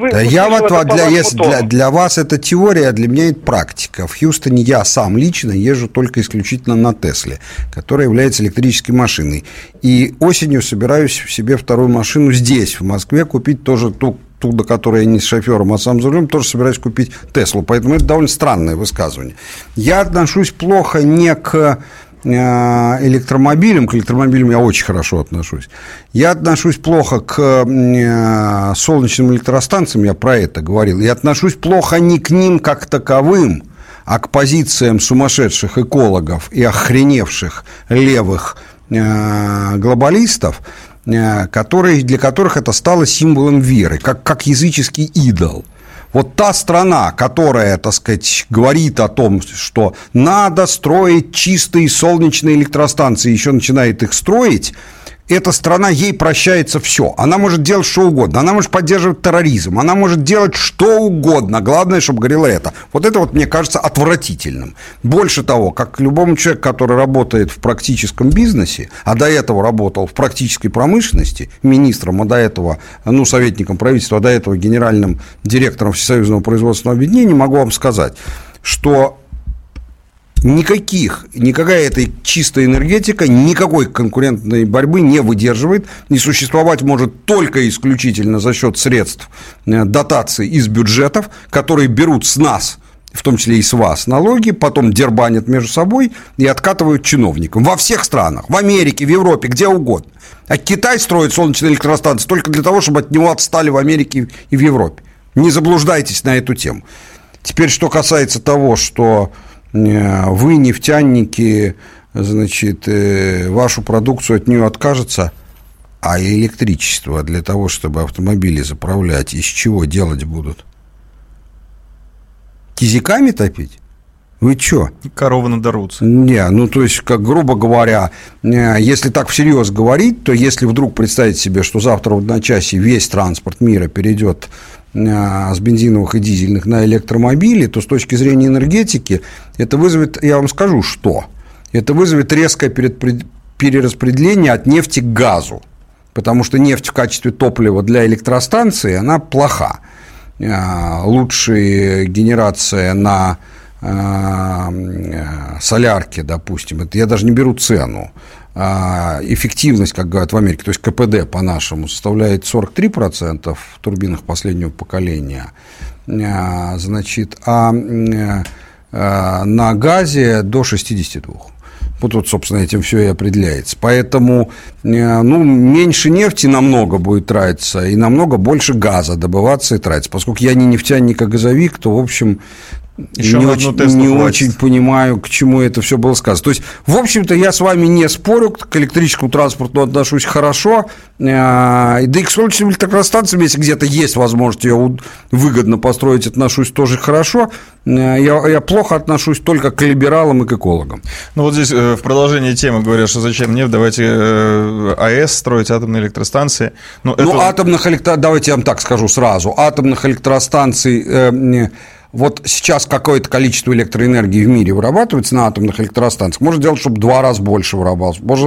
Для вас это теория, а для меня это практика. В Хьюстоне я сам лично езжу только исключительно на Тесле, которая является электрической машиной. И осенью собираюсь себе вторую машину здесь, в Москве, купить тоже ту, до которой я не с шофером, а сам за рулем, тоже собираюсь купить Теслу. Поэтому это довольно странное высказывание. Я отношусь плохо не к электромобилям, к электромобилям я очень хорошо отношусь. Я отношусь плохо к солнечным электростанциям, я про это говорил. Я отношусь плохо не к ним как таковым, а к позициям сумасшедших экологов и охреневших левых глобалистов, для которых это стало символом веры, как языческий идол. Вот та страна, которая, так сказать, говорит о том, что надо строить чистые солнечные электростанции, еще начинает их строить, эта страна, ей прощается все. Она может делать что угодно. Она может поддерживать терроризм. Она может делать что угодно. Главное, чтобы горело это. Вот это вот, мне кажется, отвратительным. Больше того, как любому человеку, который работает в практическом бизнесе, а до этого работал в практической промышленности, министром, а до этого, советником правительства, а до этого генеральным директором Всесоюзного производственного объединения, могу вам сказать, что никакая эта чистая энергетика никакой конкурентной борьбы не выдерживает, и существовать может только исключительно за счет средств дотаций из бюджетов, которые берут с нас, в том числе и с вас, налоги, потом дербанят между собой и откатывают чиновникам. Во всех странах, в Америке, в Европе, где угодно. А Китай строит солнечные электростанции только для того, чтобы от него отстали в Америке и в Европе. Не заблуждайтесь на эту тему. Теперь, что касается того, что вы, нефтяники, значит, вашу продукцию от нее откажется, а электричество для того, чтобы автомобили заправлять, из чего делать будут? Кизиками топить? Вы что? Коровы надорутся. То есть, как грубо говоря, если так всерьез говорить, то если вдруг представить себе, что завтра в одночасье весь транспорт мира перейдет с бензиновых и дизельных на электромобили, то с точки зрения энергетики это вызовет, я вам скажу, что это вызовет резкое перераспределение от нефти к газу, потому что нефть в качестве топлива для электростанции, она плоха. Лучшая генерация на солярке, допустим, это я даже не беру цену, эффективность, как говорят в Америке, то есть КПД по-нашему, составляет 43% в турбинах последнего поколения, значит, а на газе до 62%. Вот, собственно, этим все и определяется. Поэтому, меньше нефти намного будет тратиться, и намного больше газа добываться и тратиться. Поскольку я не нефтяник, а газовик, то, в общем, еще не очень понимаю, к чему это все было сказано. То есть, в общем-то, я с вами не спорю, к электрическому транспорту отношусь хорошо, да и к солнечным электростанциям, если где-то есть возможность ее выгодно построить, отношусь тоже хорошо. Я плохо отношусь только к либералам и к экологам. Вот здесь в продолжении темы говорят, что зачем нефть, давайте АЭС строить, атомные электростанции. Давайте я вам так скажу сразу. Атомных электростанций... Вот сейчас какое-то количество электроэнергии в мире вырабатывается на атомных электростанциях. Можно делать, чтобы в 2 раза больше вырабатывалось. Можно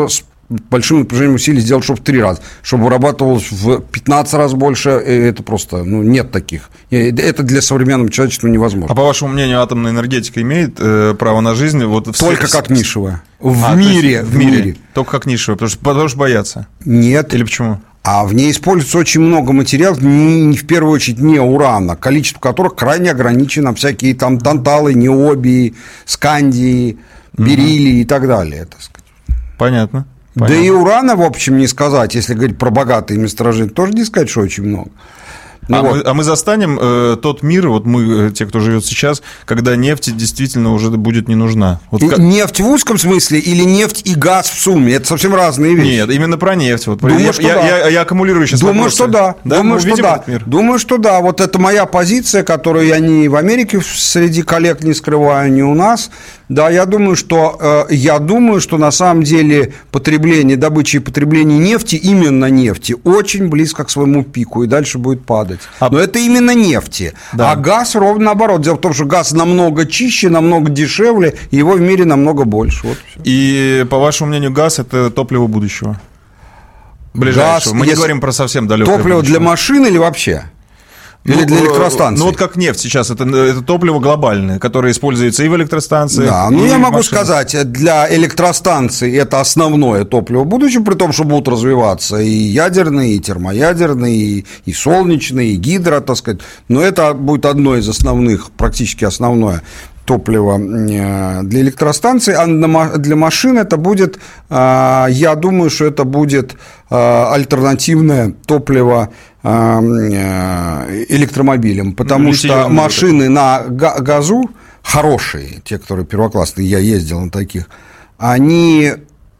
большим напряжением усилий сделать, чтобы в 3 раза, чтобы вырабатывалось в 15 раз больше, это просто, нет таких. Это для современного человечества невозможно. А по вашему мнению, атомная энергетика имеет право на жизнь? Только как нишевая. В мире. Только как нишевая, потому что боятся? Нет. Или почему? А в ней используется очень много материалов, в первую очередь не урана, количество которых крайне ограничено, всякие там танталы, необии, скандии, бериллии и так далее, так сказать. Понятно. Да и урана, в общем, не сказать, если говорить про богатые месторождения, тоже не сказать, что очень много. Мы застанем тот мир, вот мы, те, кто живет сейчас, когда нефть действительно уже будет не нужна. Нефть в узком смысле или нефть и газ в сумме? Это совсем разные вещи. Нет, именно про нефть. Думаю, что я аккумулирую сейчас Думаю, вопросы. что да. Думаю, что да. Вот это моя позиция, которую я ни в Америке среди коллег не скрываю, ни у нас. Да, я думаю, что на самом деле добыча и потребление нефти, именно нефти, очень близко к своему пику и дальше будет падать. Но это именно нефти. Да. А газ ровно наоборот. Дело в том, что газ намного чище, намного дешевле, и его в мире намного больше. Вот. И, по вашему мнению, газ – это топливо будущего? Ближайшего. Мы не говорим про совсем далекое топливо будущее. Для машин или вообще? Или для электростанций? Вот как нефть сейчас, это топливо глобальное, которое используется и в электростанциях. Да, я могу сказать, для электростанций это основное топливо будущего, при том, что будут развиваться и ядерные, и термоядерные, и солнечные, и гидро, так сказать. Но это будет одно из основных, практически основное топливо для электростанций, а для машин это будет, я думаю, что это будет альтернативное топливо электромобилям, потому что машины на газу хорошие, те, которые первоклассные, я ездил на таких, они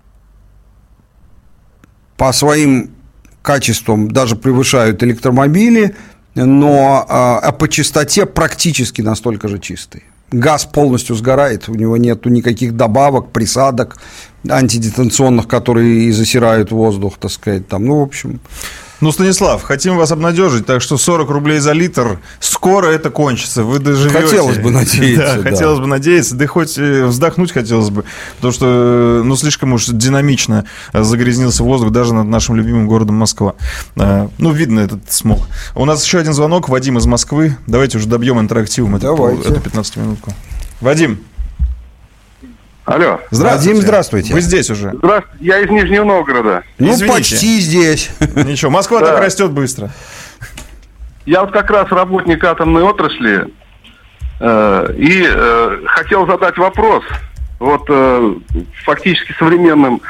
по своим качествам даже превышают электромобили, но по частоте практически настолько же чистые. Газ полностью сгорает, у него нет никаких добавок, присадок антидетенционных, которые и засирают воздух, так сказать, там, в общем. Станислав, хотим вас обнадежить, так что 40 рублей за литр, скоро это кончится, вы доживете. Хотелось бы надеяться. Да, хотелось бы надеяться, да хоть вздохнуть хотелось бы, потому что, слишком уж динамично загрязнился воздух даже над нашим любимым городом Москва. Видно этот смог. У нас еще один звонок, Вадим из Москвы, давайте уже добьем интерактивом эту 15-минутку. Вадим. Алло. Здравствуйте. Вадим, здравствуйте. Вы здесь уже? Здравствуйте, я из Нижнего Новгорода. Почти здесь. Ничего, Москва так растет быстро. Я вот как раз работник атомной отрасли и хотел задать вопрос. Вот фактически современный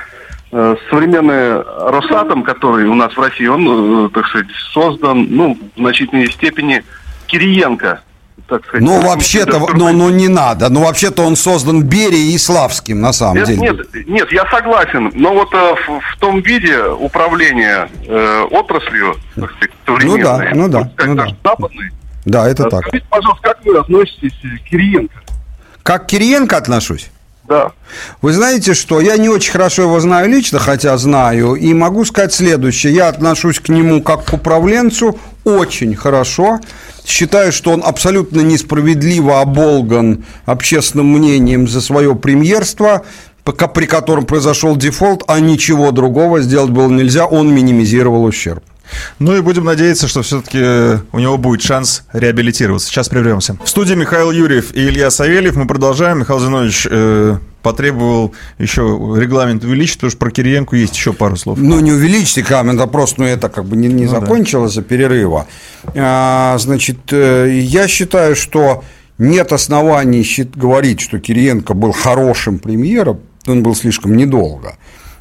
Росатом, который у нас в России, он, так сказать, создан, в значительной степени Кириенко. Так сказать, вообще-то, не надо. Вообще-то он создан Берией и Славским, на самом деле. Нет, я согласен. Но вот в том виде управления отраслью, так сказать, современной, западной. Да, это так. Скажите, пожалуйста, как вы относитесь к Кириенко? Как к Кириенко отношусь? Да. Вы знаете, что я не очень хорошо его знаю лично, хотя знаю, и могу сказать следующее. Я отношусь к нему как к управленцу очень хорошо. Считаю, что он абсолютно несправедливо оболган общественным мнением за свое премьерство, при котором произошел дефолт, а ничего другого сделать было нельзя, он минимизировал ущерб. И будем надеяться, что все-таки у него будет шанс реабилитироваться. Сейчас прервемся. В студии Михаил Юрьев и Илья Савельев. Мы продолжаем. Михаил Зинович потребовал еще регламент увеличить, потому что про Кириенко есть еще пару слов. Не увеличить регламент, а просто это как бы не закончилось из-за перерыва. Значит, я считаю, что нет оснований говорить, что Кириенко был хорошим премьером, он был слишком недолго.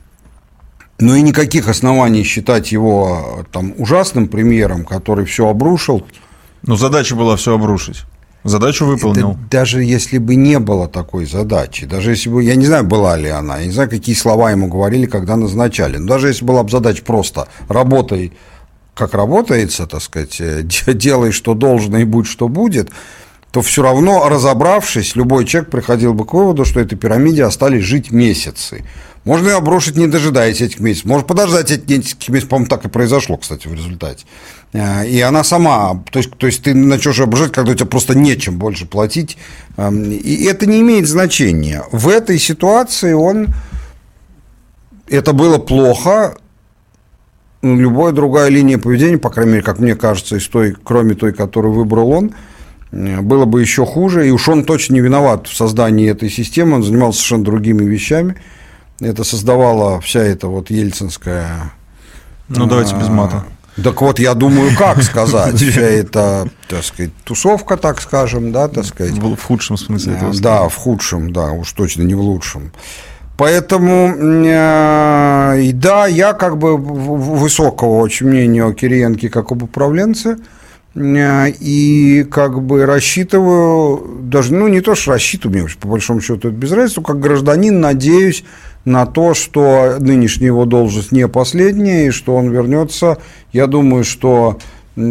Но и никаких оснований считать его ужасным премьером, который все обрушил. Задача была все обрушить. Задачу выполнил. Даже если бы не было такой задачи, даже если бы, я не знаю, была ли она, я не знаю, какие слова ему говорили, когда назначали, но даже если была бы задача просто работай, как работается, так сказать, делай, что должно, и будь, что будет, то все равно, разобравшись, любой человек приходил бы к выводу, что этой пирамиде остались жить месяцы. Можно ее обрушить, не дожидаясь этих месяцев. Можно подождать этих месяцев. По-моему, так и произошло, кстати, в результате. И она сама... То есть ты начнешь обрушать, когда у тебя просто нечем больше платить. И это не имеет значения. В этой ситуации он это было плохо. Любая другая линия поведения, по крайней мере, как мне кажется, из той, кроме той, которую выбрал он, было бы еще хуже. И уж он точно не виноват в создании этой системы. Он занимался совершенно другими вещами. Это создавала вся эта вот ельцинская... Ну, давайте без мата. Так вот, я думаю, как сказать, вся эта, так сказать, тусовка, так скажем, да, так сказать. В худшем смысле этого слова. Да, в худшем, да, уж точно не в лучшем. Поэтому, и да, я как бы высокого очень мнения о Кириенке как об управленце, и как бы рассчитываю, даже, ну, не то, что рассчитываю, мне по большому счету это без разницы, как гражданин надеюсь на то, что нынешняя его должность не последняя, и что он вернется. Я думаю, что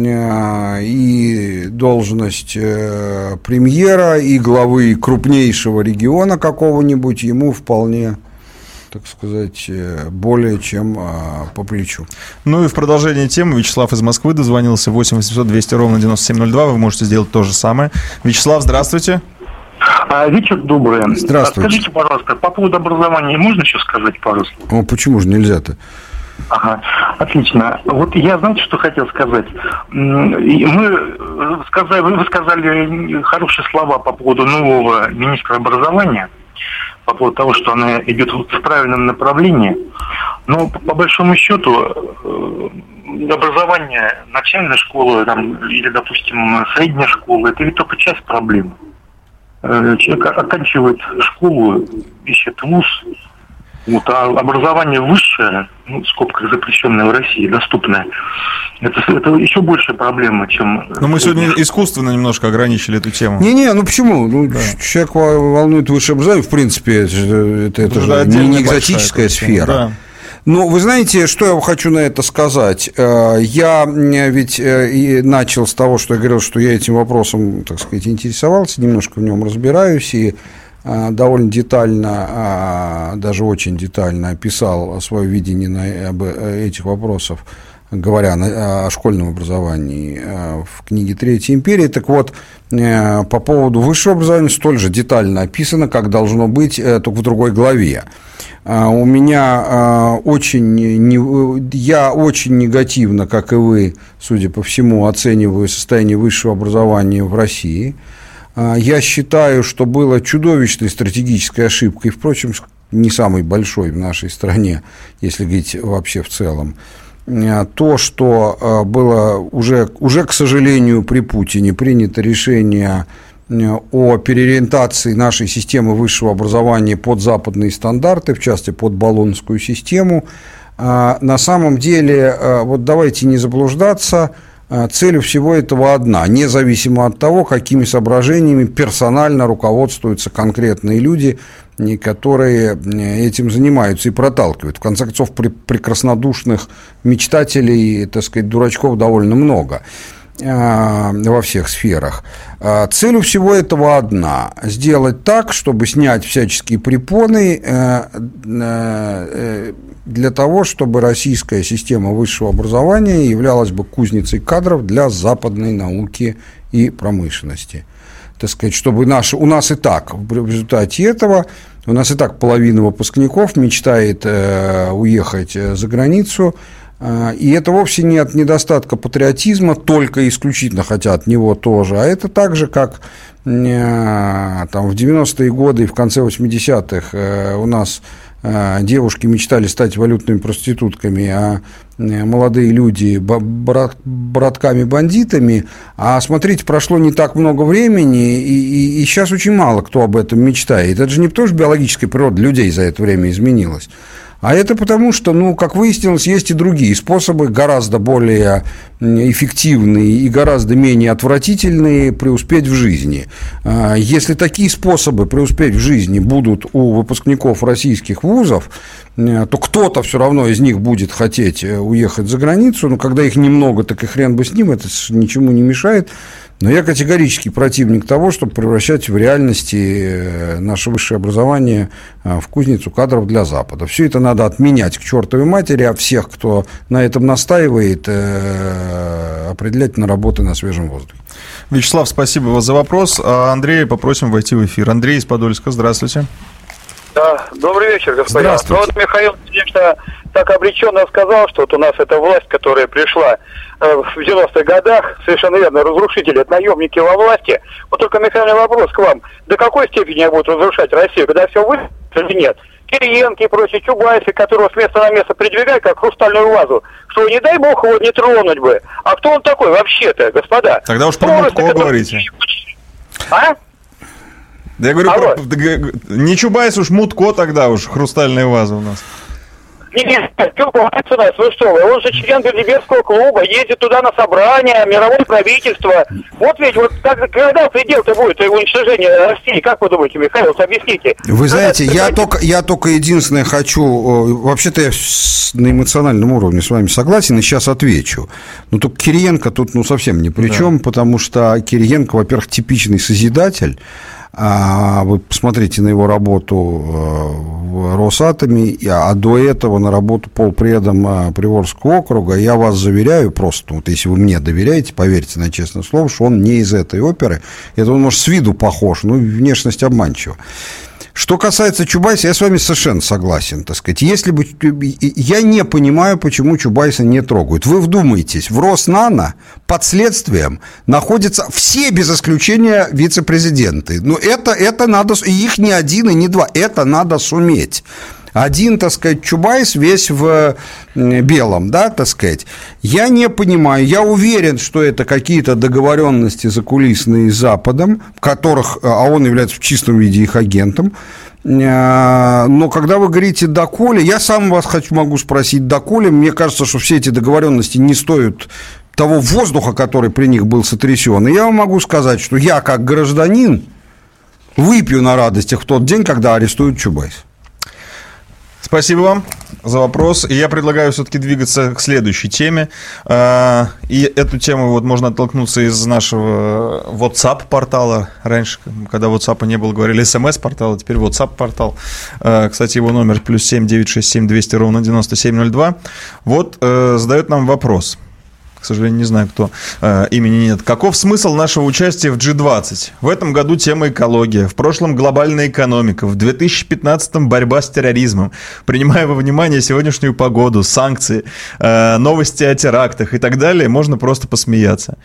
и должность премьера, и главы крупнейшего региона какого-нибудь ему вполне, так сказать, более чем по плечу. Ну и в продолжение темы Вячеслав из Москвы дозвонился 8 800 200 ровно 9702. Вы можете сделать то же самое. Вячеслав, здравствуйте. Вечер добрый. Здравствуйте. Скажите, пожалуйста, по поводу образования можно еще сказать пару слов? О, почему же нельзя-то? Ага, отлично. Вот я, знаете, что хотел сказать? Вы сказали хорошие слова по поводу нового министра образования, по поводу того, что она идет в правильном направлении. Но по большому счету образование начальной школы там, или, допустим, средней школы, это ведь только часть проблемы. Человек оканчивает школу, ищет вуз, вот, а образование высшее, ну, в скобках запрещенное в России, доступное, это еще большая проблема, чем... Но мы сегодня искусственно немножко ограничили эту тему. Не-не, ну почему? Ну, да. Человек волнует высшее образование, в принципе, это же не экзотическая сфера. Да. Ну, вы знаете, что я хочу на это сказать? Я ведь и начал с того, что я говорил, что я этим вопросом, так сказать, интересовался, немножко в нем разбираюсь и довольно детально, даже очень детально описал свое видение об этих вопросах, говоря о школьном образовании в книге «Третья империя». Так вот, по поводу высшего образования столь же детально описано, как должно быть, только в другой главе. У меня я очень негативно, как и вы, судя по всему, оцениваю состояние высшего образования в России. Я считаю, что было чудовищной стратегической ошибкой, впрочем, не самой большой в нашей стране, если говорить вообще в целом, то, что было уже, к сожалению, при Путине принято решение о переориентации нашей системы высшего образования под западные стандарты, в частности, под болонскую систему. На самом деле, вот давайте не заблуждаться, цель всего этого одна, независимо от того, какими соображениями персонально руководствуются конкретные люди, которые этим занимаются и проталкивают. В конце концов, прекраснодушных мечтателей, так сказать, дурачков довольно много во всех сферах. Цель у всего этого одна – сделать так, чтобы снять всяческие препоны для того, чтобы российская система высшего образования являлась бы кузницей кадров для западной науки и промышленности. Так сказать, чтобы у нас и так в результате этого, у нас и так половина выпускников мечтает уехать за границу. И это вовсе не от недостатка патриотизма, только исключительно, хотя от него тоже, а это так же, как там, в 90-е годы и в конце 80-х у нас девушки мечтали стать валютными проститутками, а молодые люди братками-бандитами. А смотрите, прошло не так много времени, и сейчас очень мало кто об этом мечтает. Это же не потому, что биологическая природа людей за это время изменилась, а это потому, что, как выяснилось, есть и другие способы, гораздо более эффективные и гораздо менее отвратительные преуспеть в жизни. Если такие способы преуспеть в жизни будут у выпускников российских вузов, то кто-то все равно из них будет хотеть уехать за границу, но когда их немного, так и хрен бы с ним, это ничему не мешает. Но я категорически противник того, чтобы превращать в реальности наше высшее образование в кузницу кадров для Запада. Все это надо отменять к чертовой матери, а всех, кто на этом настаивает, определять на работы на свежем воздухе. Вячеслав, спасибо вам за вопрос. А Андрея попросим войти в эфир. Андрей из Подольска, здравствуйте. Да, добрый вечер, господа. Здравствуйте. Ну, вот Михаил, конечно, так обреченно сказал, что вот у нас эта власть, которая пришла в 90-х годах, совершенно верно, разрушители, это наемники во власти. Вот только, Михаил, вопрос к вам. До какой степени они будут разрушать Россию, когда все высадят или нет? Кириенко и прочие чубайсы, которого с места на место придвигают, как хрустальную вазу, что не дай бог его не тронуть бы. А кто он такой вообще-то, господа? Тогда уж про Мутко говорите. А? Да я говорю, не Чубайс уж, Мутко тогда уж, хрустальная ваза у нас. Нет, Чубайс у нас, вы что, он же член Гальдебергского клуба, ездит туда на собрания, мировое правительство. Вот ведь, вот когда предел-то будет уничтожение России, как вы думаете, Михаил, объясните? Вы знаете, я только единственное хочу, вообще-то я на эмоциональном уровне с вами согласен, и сейчас отвечу. Но только Кириенко тут совсем ни при чем, потому что Кириенко, во-первых, типичный созидатель. Вы посмотрите на его работу в Росатоме, а до этого на работу полпредом Приволжского округа. Я вас заверяю, просто, вот если вы мне доверяете, поверьте на честное слово, что он не из этой оперы. Это он, может, с виду похож, но внешность обманчива. Что касается Чубайса, я с вами совершенно согласен, так сказать. Если бы... Я не понимаю, почему Чубайса не трогают. Вы вдумайтесь, в Роснано под следствием находятся все, без исключения, вице-президенты. Ну, это надо... И их не один и не два. Это надо суметь. Один, так сказать, Чубайс весь в белом, да, так сказать. Я не понимаю, я уверен, что это какие-то договоренности закулисные с Западом, которых, а он является в чистом виде их агентом. Но когда вы говорите «доколе», я сам вас могу спросить «доколе», мне кажется, что все эти договоренности не стоят того воздуха, который при них был сотрясен. И я вам могу сказать, что я, как гражданин, выпью на радостях в тот день, когда арестуют Чубайса. Спасибо вам за вопрос. И я предлагаю все-таки двигаться к следующей теме. И эту тему вот можно оттолкнуться из нашего WhatsApp-портала. Раньше, когда WhatsApp не было, говорили SMS-портал, а теперь WhatsApp-портал. Кстати, его номер +7 967 200 9702. Вот задает нам вопрос. К сожалению, не знаю, кто, имени нет. Каков смысл нашего участия в G20? В этом году тема экология, в прошлом глобальная экономика, в 2015-м борьба с терроризмом. Принимая во внимание сегодняшнюю погоду, санкции, новости о терактах и так далее, можно просто посмеяться.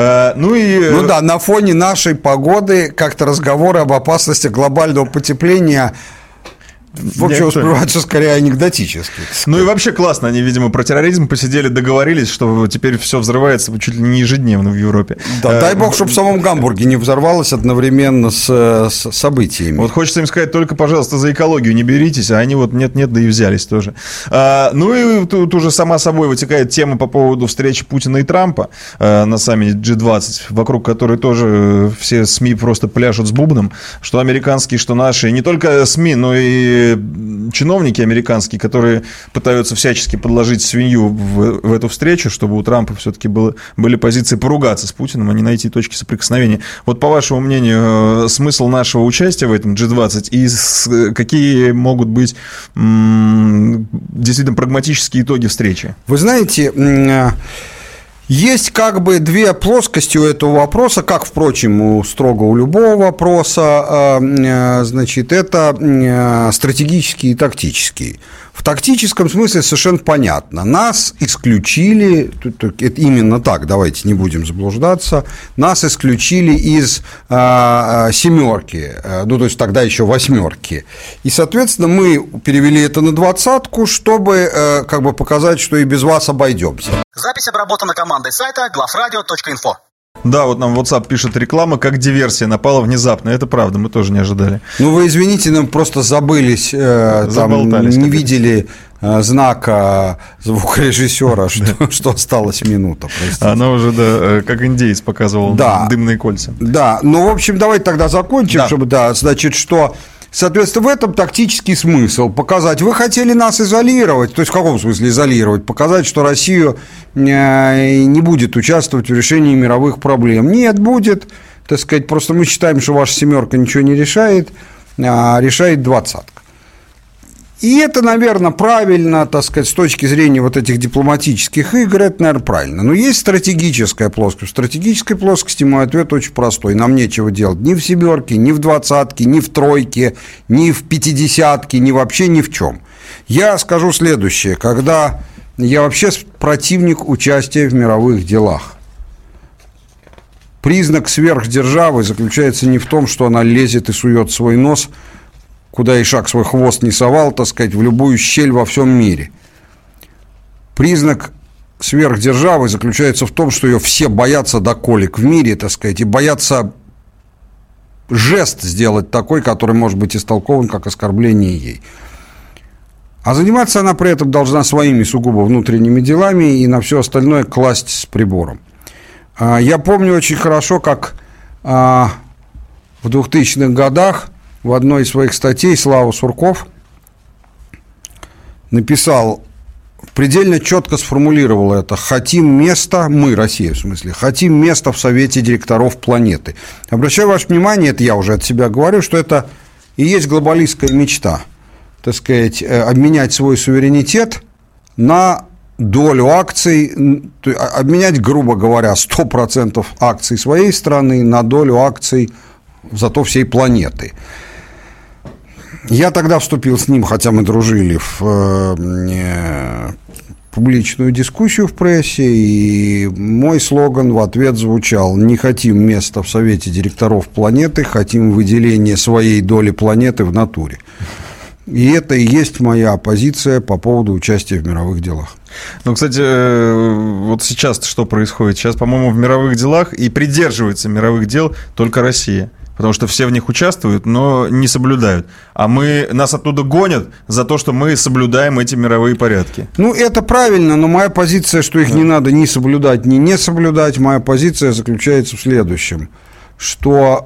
Ну да, на фоне нашей погоды как-то разговоры об опасности глобального потепления... В общем, воспринимаются скорее анекдотически. Ну и вообще классно. Они, видимо, про терроризм посидели, договорились, что теперь все взрывается чуть ли не ежедневно в Европе. Да, дай бог, чтобы в самом Гамбурге не взорвалось одновременно с событиями. Вот хочется им сказать, только, пожалуйста, за экологию не беритесь, а они вот нет-нет, да и взялись тоже. Ну и тут уже сама собой вытекает тема по поводу встречи Путина и Трампа на саммите G20, вокруг которой тоже все СМИ просто пляшут с бубном, что американские, что наши, и не только СМИ, но и чиновники американские, которые пытаются всячески подложить свинью в эту встречу, чтобы у Трампа все-таки были позиции поругаться с Путиным, а не найти точки соприкосновения. Вот по вашему мнению, смысл нашего участия в этом G20 и какие могут быть действительно прагматические итоги встречи? Вы знаете... Есть как бы две плоскости у этого вопроса, как, впрочем, строго у любого вопроса. Значит, это стратегический и тактический. В тактическом смысле совершенно понятно. Нас исключили, это именно так, давайте не будем заблуждаться, нас исключили из семерки, ну, то есть тогда еще восьмерки. И, соответственно, мы перевели это на двадцатку, чтобы как бы показать, что и без вас обойдемся. Запись обработана командой сайта glafradio.info. Да, вот нам WhatsApp пишет: реклама как диверсия, напала внезапно. Это правда, мы тоже не ожидали. Ну, вы извините, нам просто забылись, там, не видели знака звукорежиссера, что осталась минута. Простите. Она уже, да, как индеец показывал, да, дымные кольца. Да, ну, в общем, давайте тогда закончим, да. Чтобы, да, значит, что... Соответственно, в этом тактический смысл. Показать, вы хотели нас изолировать, то есть в каком смысле изолировать? Показать, что Россия не будет участвовать в решении мировых проблем. Нет, будет, так сказать, просто мы считаем, что ваша семерка ничего не решает, а решает двадцатка. И это, наверное, правильно, так сказать, с точки зрения вот этих дипломатических игр, это, наверное, правильно. Но есть стратегическая плоскость. В стратегической плоскости мой ответ очень простой. Нам нечего делать ни в семерке, ни в двадцатке, ни в тройке, ни в пятидесятке, ни вообще ни в чем. Я скажу следующее. Когда я вообще противник участия в мировых делах. Признак сверхдержавы заключается не в том, что она лезет и сует свой нос, куда и шаг свой хвост не совал, так сказать, в любую щель во всем мире. Признак сверхдержавы заключается в том, что ее все боятся до колик в мире, так сказать, и боятся жест сделать такой, который может быть истолкован как оскорбление ей. А заниматься она при этом должна своими сугубо внутренними делами и на все остальное класть с прибором. Я помню очень хорошо, как в 2000-х годах в одной из своих статей Слава Сурков написал, предельно четко сформулировал это: хотим место, мы, Россия в смысле, хотим место в Совете директоров планеты. Обращаю ваше внимание, это я уже от себя говорю, что это и есть глобалистская мечта, так сказать, обменять свой суверенитет на долю акций, обменять, грубо говоря, 100% акций своей страны на долю акций зато всей планеты. Я тогда вступил с ним, хотя мы дружили, в публичную дискуссию в прессе, и мой слоган в ответ звучал: не хотим места в Совете директоров планеты, хотим выделения своей доли планеты в натуре. И это и есть моя позиция по поводу участия в мировых делах. Ну, кстати, вот сейчас что происходит? Сейчас, по-моему, в мировых делах и придерживается мировых дел только Россия. Потому что все в них участвуют, но не соблюдают. А нас оттуда гонят за то, что мы соблюдаем эти мировые порядки. Ну, это правильно, но моя позиция, что их не надо ни соблюдать, ни не соблюдать, моя позиция заключается в следующем, что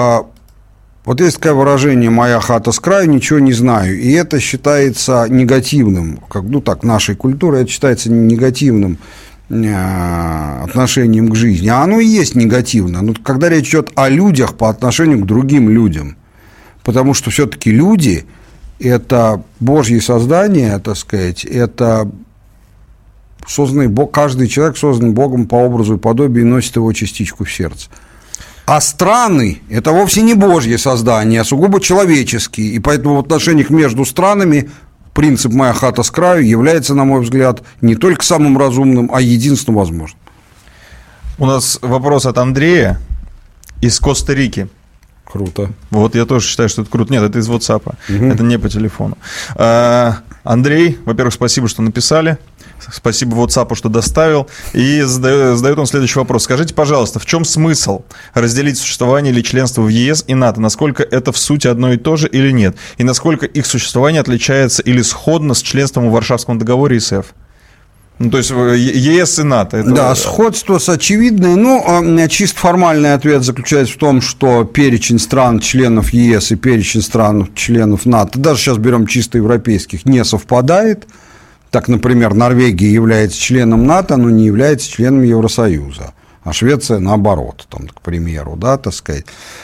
вот есть такое выражение «моя хата с краю, ничего не знаю», и это считается негативным, в нашей культуре это считается негативным отношением к жизни, а оно и есть негативно. Но когда речь идет о людях по отношению к другим людям, потому что все-таки люди – это Божьи создания, так сказать, это созданный Бог, каждый человек создан Богом по образу и подобию и носит его частичку в сердце. А страны – это вовсе не Божьи создания, а сугубо человеческие, и поэтому в отношениях между странами принцип «моя хата с краю» является, на мой взгляд, не только самым разумным, а единственным возможным. У нас вопрос от Андрея из Коста-Рики. Круто. Вот я тоже считаю, что это круто. Нет, это из WhatsApp, это не по телефону. Андрей, во-первых, спасибо, что написали. Спасибо WhatsApp, что доставил. И задает он следующий вопрос. Скажите, пожалуйста, в чем смысл разделить существование или членство в ЕС и НАТО? Насколько это в сути одно и то же или нет? И насколько их существование отличается или сходно с членством в Варшавском договоре и СЭФ? Ну, то есть ЕС и НАТО. Это... Да, сходство очевидное. Ну, чисто формальный ответ заключается в том, что перечень стран-членов ЕС и перечень стран-членов НАТО, даже сейчас берем чисто европейских, не совпадает. Так, например, Норвегия является членом НАТО, но не является членом Евросоюза, а Швеция наоборот, там, к примеру, да, так сказать.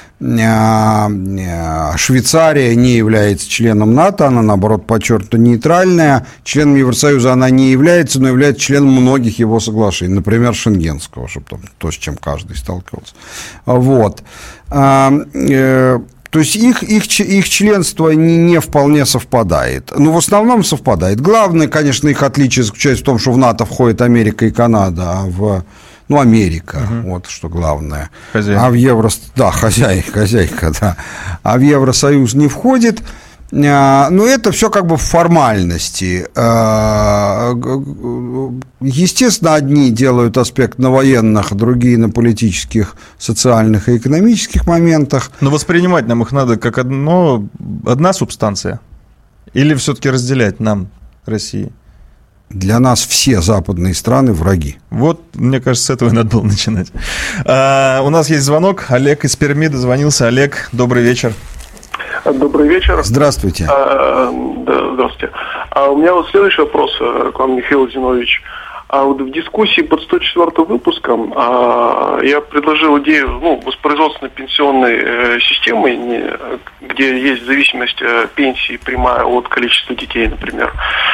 Швейцария не является членом НАТО, она, наоборот, подчеркнуто нейтральная. Членом Евросоюза она не является, но является членом многих его соглашений, например, Шенгенского, чтобы там то, с чем каждый сталкивался. Вот. То есть их членство не вполне совпадает. Но в основном совпадает. Главное, конечно, их отличие заключается в том, что в НАТО входит Америка и Канада, а в... Ну, Америка, вот что главное. Хозяйка. А в хозяйка, да. А в Евросоюз не входит. Но это все как бы в формальности. Естественно, одни делают аспект на военных, другие на политических, социальных и экономических моментах. Но воспринимать нам их надо как одна субстанция? Или все-таки разделять нам, России? Для нас все западные страны враги. Вот, мне кажется, с этого и надо было начинать. У нас есть звонок. Олег из Перми дозвонился. Олег, добрый вечер. Добрый вечер. Здравствуйте. Да, здравствуйте. У меня вот следующий вопрос к вам, Михаил Зиновьевич. А вот в дискуссии под 104 выпуском я предложил идею воспроизводственной пенсионной системы, где есть зависимость пенсии прямая от количества детей, например.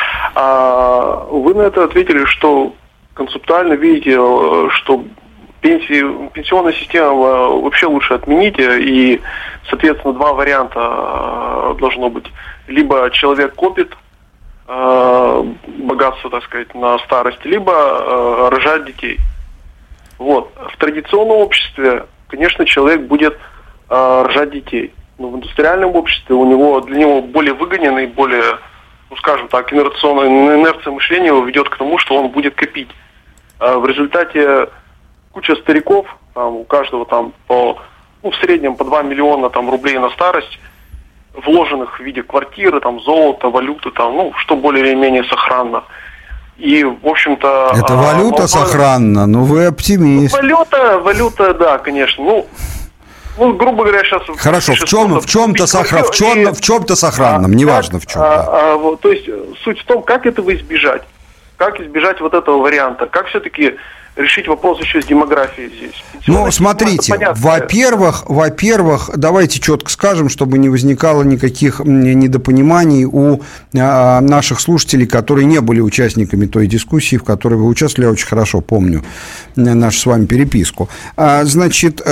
Вы на это ответили, что концептуально видите, что пенсионная система вообще лучше отменить, и, соответственно, два варианта должно быть. Либо человек копит богатство, так сказать, на старость, либо рожать детей. Вот. В традиционном обществе, конечно, человек будет рожать детей. Но в индустриальном обществе для него более выгодно и более, скажем так, инерция мышления его ведет к тому, что он будет копить. В результате куча стариков, у каждого в среднем по 2 миллиона рублей на старость, вложенных в виде квартиры, золота, валюты, что более-менее сохранно. И, в общем-то... Это валюта сохранна, но вы оптимист. Валюта, да, конечно. Грубо говоря, сейчас... Хорошо, в чем-то сохранном, неважно в чем. То есть, суть в том, как этого избежать. Как избежать вот этого варианта. Как все-таки решить вопрос еще с демографией здесь. Смотрите, во-первых, давайте четко скажем, чтобы не возникало никаких недопониманий у наших слушателей, которые не были участниками той дискуссии, в которой вы участвовали, я очень хорошо помню нашу с вами переписку. Значит,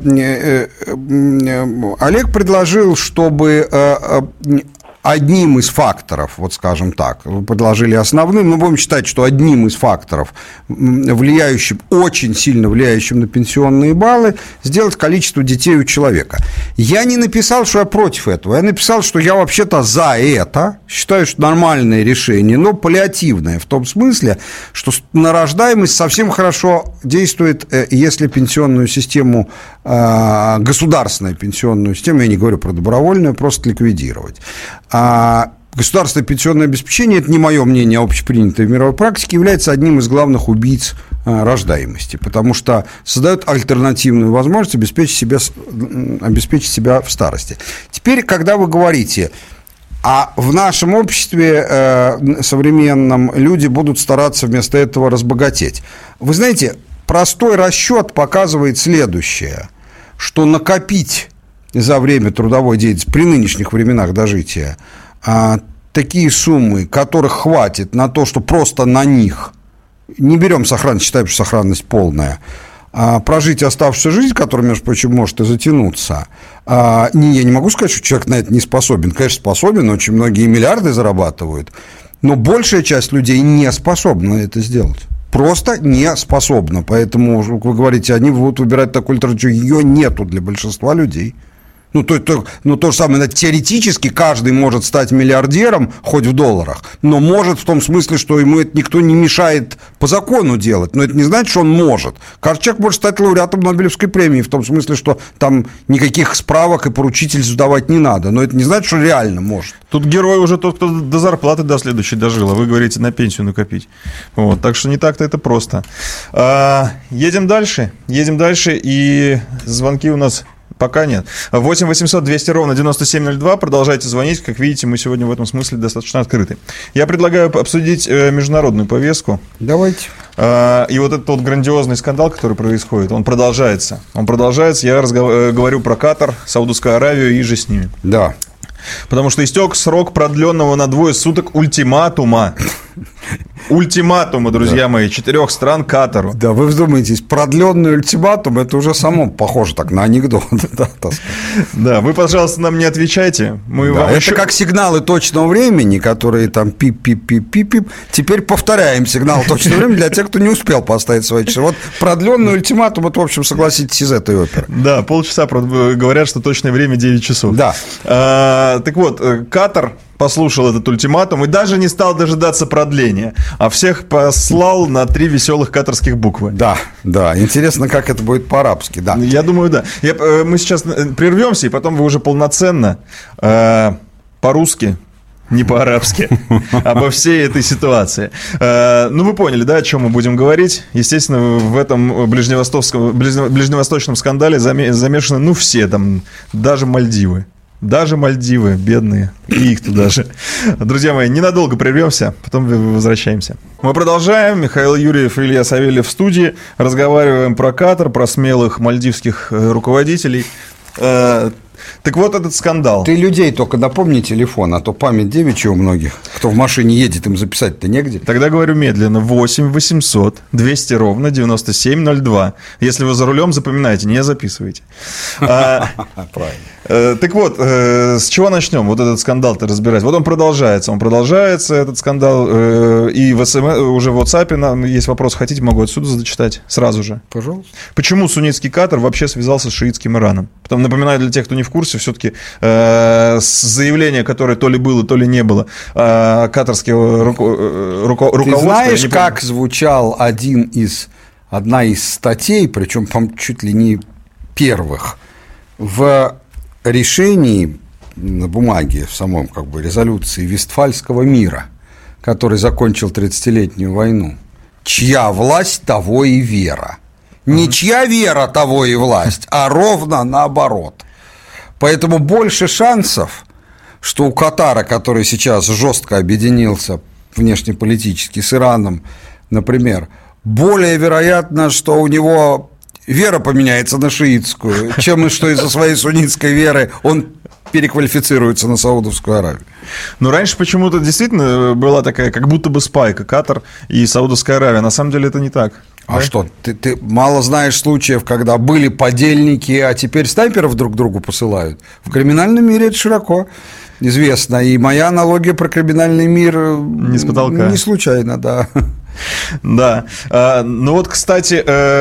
Олег предложил, чтобы одним из факторов, скажем так, вы предложили основным, но будем считать, что одним из факторов, очень сильно влияющим на пенсионные баллы, сделать количество детей у человека. Я не написал, что я против этого, я написал, что я вообще-то за это, считаю, что нормальное решение, но паллиативное, в том смысле, что на рождаемость совсем хорошо действует, если пенсионную систему, государственную пенсионную систему, я не говорю про добровольную, просто ликвидировать. Государственное пенсионное обеспечение, это не мое мнение, а общепринятое в мировой практике, является одним из главных убийц рождаемости, потому что создает альтернативную возможность обеспечить себя в старости. Теперь, когда вы говорите, в нашем обществе современном люди будут стараться вместо этого разбогатеть. Вы знаете, простой расчет показывает следующее, что накопить за время трудовой деятельности при нынешних временах дожития такие суммы, которых хватит на то, что просто на них, не берем сохранность, считаем, что сохранность полная, прожить оставшуюся жизнь, которая, между прочим, может и затянуться. Я не могу сказать, что человек на это не способен. Конечно, способен, очень многие миллиарды зарабатывают, но большая часть людей не способна это сделать. Просто не способна. Поэтому, вы говорите, они будут выбирать такую альтернативу. Ее нету для большинства людей. То же самое, теоретически каждый может стать миллиардером, хоть в долларах, но может в том смысле, что ему это никто не мешает по закону делать, но это не значит, что он может. Каждый человек может стать лауреатом Нобелевской премии, в том смысле, что там никаких справок и поручительств давать не надо, но это не значит, что реально может. Тут герой уже тот, кто до зарплаты до следующей дожил, а вы говорите на пенсию накопить. Так что не так-то это просто. Едем дальше, и звонки у нас... Пока нет. 8 800 200 ровно 9702. Продолжайте звонить. Как видите, мы сегодня в этом смысле достаточно открыты. Я предлагаю обсудить международную повестку. Давайте. И вот этот грандиозный скандал, который происходит, он продолжается. Я говорю про Катар, Саудовскую Аравию и же с ними. Да. Потому что истек срок продленного на 2 суток ультиматума. Друзья мои, 4 стран Катару. Да, вы вдумаетесь, продленный ультиматум, это уже само похоже так на анекдот. Да, вы, пожалуйста, нам не отвечайте. Это как сигналы точного времени, которые там пип-пип-пип-пип. Теперь повторяем сигнал точного времени для тех, кто не успел поставить свои часы. Вот продленный ультиматум, это, в общем, согласитесь, из этой оперы. Да, полчаса говорят, что точное время 9 часов. Да. Так вот, Катар послушал этот ультиматум и даже не стал дожидаться продления, а всех послал на 3 веселых катарских буквы. Да, интересно, как это будет по-арабски, да. Я думаю, да. Мы сейчас прервемся, и потом вы уже полноценно по-русски, не по-арабски, обо всей этой ситуации. Вы поняли, да, о чем мы будем говорить? Естественно, в этом ближневосточном скандале замешаны, все, там, даже Мальдивы. Даже Мальдивы, бедные, и их туда же. Друзья мои, ненадолго прервемся, потом возвращаемся. Мы продолжаем. Михаил Юрьев и Илья Савельев в студии. Разговариваем про Катар, про смелых мальдивских руководителей. Так вот этот скандал. Ты людей только напомни телефон, а то память девичья у многих. Кто в машине едет, им записать-то негде. Тогда говорю медленно. 8 800 200 ровно 9702. Если вы за рулем, запоминайте, не записывайте. Правильно. Так вот, с чего начнем? Вот этот скандал-то разбирать. Вот он продолжается, этот скандал. И уже в WhatsApp есть вопрос, хотите, могу отсюда зачитать сразу же. Пожалуйста. Почему суннитский Катар вообще связался с шиитским Ираном? Потом напоминаю для тех, кто не в курсе, все-таки заявление, которое то ли было, то ли не было, катарского руководства. Ты знаешь, как звучал одна из статей, причем, по-моему, чуть ли не первых, в решении на бумаге, в самом резолюции Вестфальского мира, который закончил 30-летнюю войну. Чья власть, того и вера. Не чья вера, того и власть, а ровно наоборот. Поэтому больше шансов, что у Катара, который сейчас жестко объединился внешнеполитически с Ираном, например, более вероятно, что у него вера поменяется на шиитскую, чем что из-за своей суннитской веры он переквалифицируется на Саудовскую Аравию. Но раньше почему-то действительно была такая, как будто бы спайка, Катар и Саудовская Аравия. На самом деле это не так. А что, ты мало знаешь случаев, когда были подельники, а теперь снайперов друг другу посылают? В криминальном мире это широко известно. И моя аналогия про криминальный мир не с потолка. Не случайно, да. Да. Ну вот, кстати,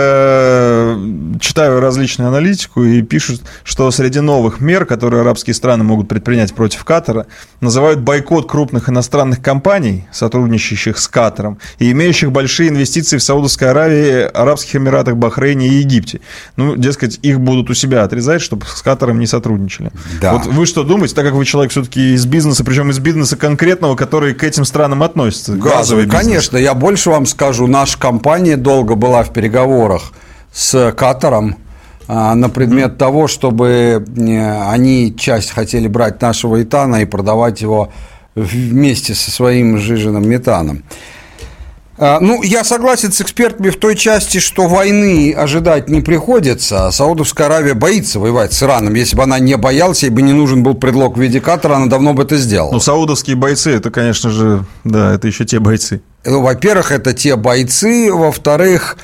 читаю различную аналитику и пишут, что среди новых мер, которые арабские страны могут предпринять против Катара, называют бойкот крупных иностранных компаний, сотрудничающих с Катаром и имеющих большие инвестиции в Саудовской Аравии, Арабских Эмиратах, Бахрейне и Египте. Ну, дескать, их будут у себя отрезать, чтобы с Катаром не сотрудничали. Да. Вот вы что думаете, так как вы человек все-таки из бизнеса, причем из бизнеса конкретного, который к этим странам относится? Газовый бизнес. Конечно, я больше вам скажу, наша компания долго была в переговорах с Катаром на предмет того, чтобы они часть хотели брать нашего этана и продавать его вместе со своим сжиженным метаном. Ну, я согласен с экспертами в той части, что войны ожидать не приходится. Саудовская Аравия боится воевать с Ираном. Если бы она не боялась, ей бы не нужен был предлог в виде Катара, она давно бы это сделала. Ну, саудовские бойцы, это, конечно же, да, это еще те бойцы. Ну, во-первых, это те бойцы. Во-вторых,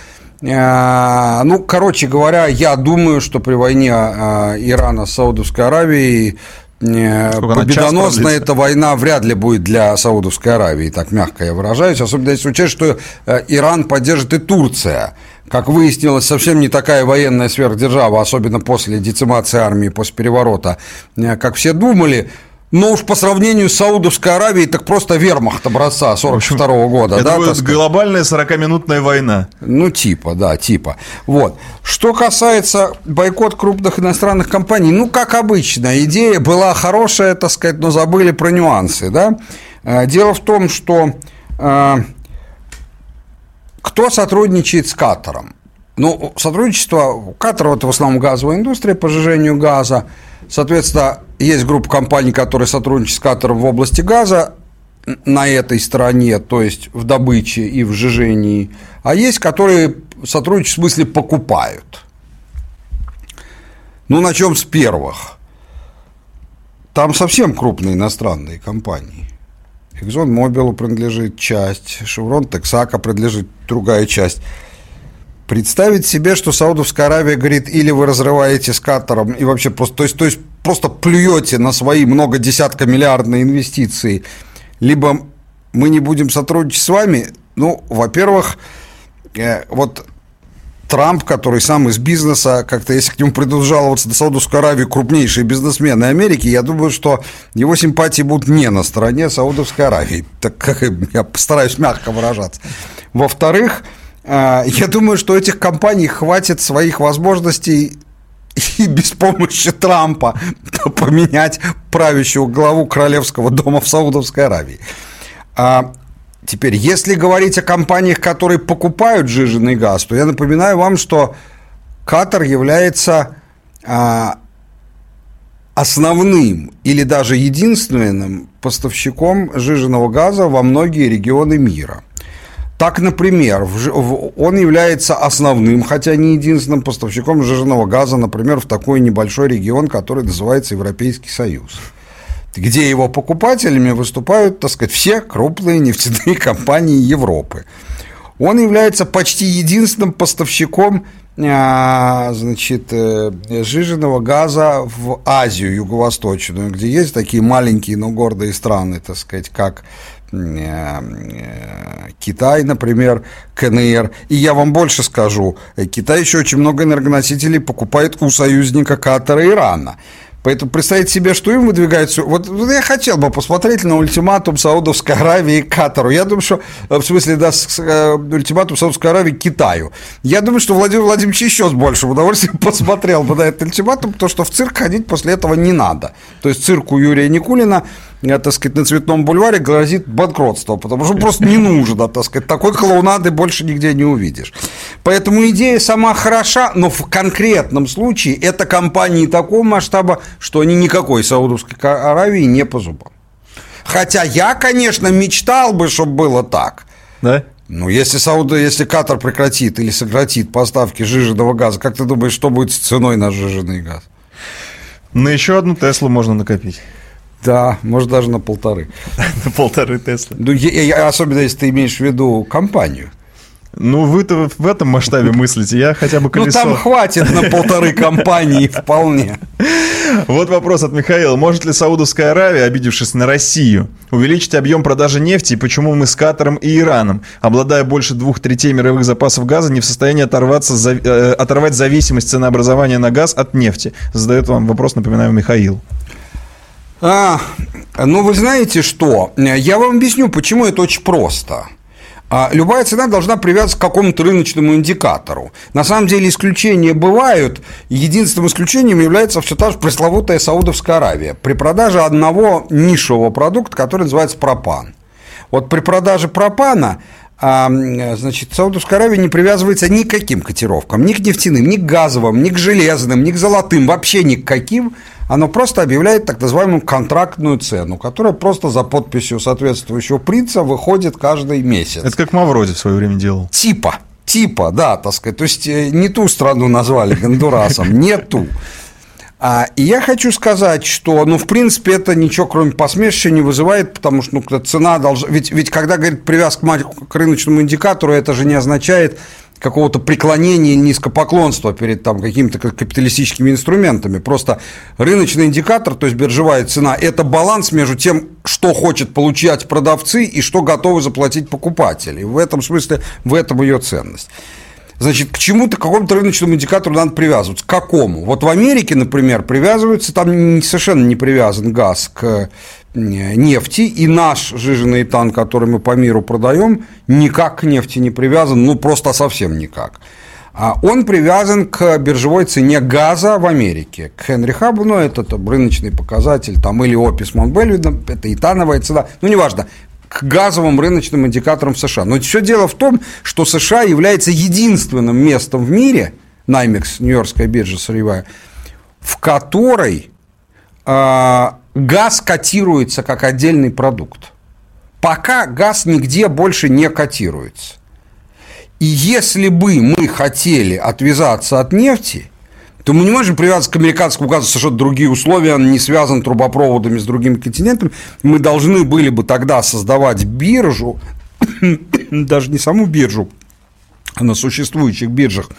ну, короче говоря, я думаю, что при войне Ирана с Саудовской Аравией победоносная эта война вряд ли будет для Саудовской Аравии, так мягко я выражаюсь, особенно если учесть, что Иран поддержит и Турция. Как выяснилось, совсем не такая военная сверхдержава, особенно после децимации армии, после переворота, как все думали. Но уж по сравнению с Саудовской Аравией, так просто вермахт образца 1942 года. Это будет глобальная 40-минутная война. Ну, типа. Вот. Что касается бойкота крупных иностранных компаний, ну, как обычно, идея была хорошая, так сказать, но забыли про нюансы, да. Дело в том, что кто сотрудничает с Катаром? Ну, сотрудничество Катара – это в основном газовая индустрия по сжижению газа. Соответственно, есть группа компаний, которые сотрудничают с Катаром в области газа на этой стороне, то есть в добыче и в сжижении, а есть, которые сотрудничают, в смысле покупают. Ну, начнем с первых. Там совсем крупные иностранные компании. ExxonMobil принадлежит часть, Chevron, Texaco принадлежит другая часть. Представить себе, что Саудовская Аравия говорит, или вы разрываете с Катаром и вообще просто, то есть просто плюете на свои многодесяткомиллиардные инвестиции, либо мы не будем сотрудничать с вами. Ну, во-первых, вот Трамп, который сам из бизнеса, как-то, если к нему придут жаловаться на Саудовскую Аравию крупнейшие бизнесмены Америки, я думаю, что его симпатии будут не на стороне Саудовской Аравии, так как я постараюсь мягко выражаться. Во-вторых, я думаю, что у этих компаний хватит своих возможностей и без помощи Трампа поменять правящего главу королевского дома в Саудовской Аравии. Теперь, если говорить о компаниях, которые покупают сжиженный газ, то я напоминаю вам, что Катар является основным или даже единственным поставщиком сжиженного газа во многие регионы мира. Так, например, он является основным, хотя не единственным поставщиком сжиженного газа, например, в такой небольшой регион, который называется Европейский Союз, где его покупателями выступают, так сказать, все крупные нефтяные компании Европы. Он является почти единственным поставщиком, значит, сжиженного газа в Азию юго-восточную, где есть такие маленькие, но гордые страны, так сказать, как Китай, например, КНР. И я вам больше скажу, Китай еще очень много энергоносителей покупает у союзника Катара и Ирана. Поэтому представьте себе, что им выдвигается. Вот я хотел бы посмотреть на ультиматум Саудовской Аравии и Катару. Я думаю, что, в смысле, да, ультиматум Саудовской Аравии Китаю. Я думаю, что Владимир Владимирович еще с большим удовольствием посмотрел бы на этот ультиматум, потому что в цирк ходить после этого не надо. То есть цирку Юрия Никулина, так сказать, на Цветном бульваре грозит банкротство, потому что просто не нужно, так сказать, такой клоунады больше нигде не увидишь. Поэтому идея сама хороша, но в конкретном случае это компании такого масштаба, что они никакой Саудовской Аравии не по зубам. Хотя я, конечно, мечтал бы, чтобы было так. Да? Ну, если Катар прекратит или сократит поставки сжиженного газа, как ты думаешь, что будет с ценой на сжиженный газ? На еще одну Теслу можно накопить. Да, может, даже на 1,5. На 1,5 Теслы. Ну, особенно, если ты имеешь в виду компанию. Ну, вы-то в этом масштабе мыслите, я хотя бы колесо. Ну, там хватит на 1,5 компании вполне. Вот вопрос от Михаила. Может ли Саудовская Аравия, обидевшись на Россию, увеличить объем продажи нефти, и почему мы с Катаром и Ираном, обладая больше 2/3 мировых запасов газа, не в состоянии оторвать зависимость ценообразования на газ от нефти? Задает вам вопрос, напоминаю, Михаил. Ну, вы знаете что? Я вам объясню, почему это очень просто. Любая цена должна привязываться к какому-то рыночному индикатору. На самом деле исключения бывают. Единственным исключением является все та же пресловутая Саудовская Аравия при продаже одного нишевого продукта, который называется пропан. Вот при продаже пропана, значит, Саудовская Аравия не привязывается ни к каким котировкам, ни к нефтяным, ни к газовым, ни к железным, ни к золотым, вообще ни к каким. Оно просто объявляет так называемую контрактную цену, которая просто за подписью соответствующего принца выходит каждый месяц. Это как Мавроди в свое время делал. Типа, да, так сказать. То есть не ту страну назвали Гондурасом, не ту. И я хочу сказать, что, ну, в принципе, это ничего, кроме посмешища, не вызывает, потому что, ну, цена должна... Ведь когда говорит привязка к рыночному индикатору, это же не означает какого-то преклонения, низкопоклонства перед там какими-то капиталистическими инструментами. Просто рыночный индикатор, то есть биржевая цена, это баланс между тем, что хочет получать продавцы и что готовы заплатить покупатели. В этом смысле, в этом ее ценность. Значит, к чему-то, к какому-то рыночному индикатору надо привязываться. К какому? Вот в Америке, например, привязывается, там совершенно не привязан газ к нефти, и наш сжиженный этан, который мы по миру продаем, никак к нефти не привязан, ну, просто совсем никак. Он привязан к биржевой цене газа в Америке, к Хенри Хабу, ну, это рыночный показатель, там, или Опис Монтбелли, это этановая цена, ну, неважно, к газовым рыночным индикаторам в США. Но все дело в том, что США является единственным местом в мире, NYMEX, Нью-Йоркская биржа сырьевая, в которой газ котируется как отдельный продукт. Пока газ нигде больше не котируется. И если бы мы хотели отвязаться от нефти, то мы не можем привязаться к американскому газу, совершенно другие условия, он не связан трубопроводами с другими континентами. Мы должны были бы тогда создавать биржу, даже не саму биржу, а на существующих биржах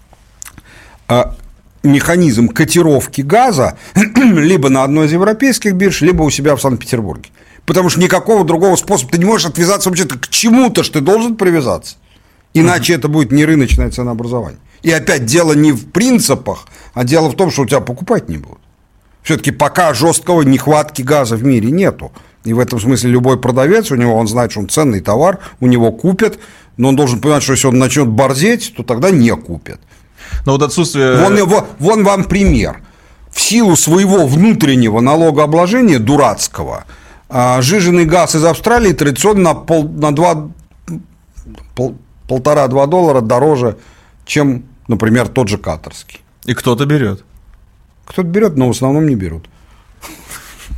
механизм котировки газа либо на одной из европейских бирж, либо у себя в Санкт-Петербурге. Потому что никакого другого способа ты не можешь отвязаться вообще-то к чему-то, что ты должен привязаться. Иначе это будет не рыночное ценообразование. И опять дело не в принципах, а дело в том, что у тебя покупать не будут. Все-таки пока жесткого нехватки газа в мире нету. И в этом смысле любой продавец, у него он знает, что он ценный товар, у него купят, но он должен понимать, что если он начнет борзеть, то тогда не купят. Но вот отсутствие... Вон вам пример. В силу своего внутреннего налогообложения дурацкого, сжиженный газ из Австралии традиционно на 1,5-2 доллара дороже, чем, например, тот же катарский. И кто-то берет. Кто-то берет, но в основном не берут.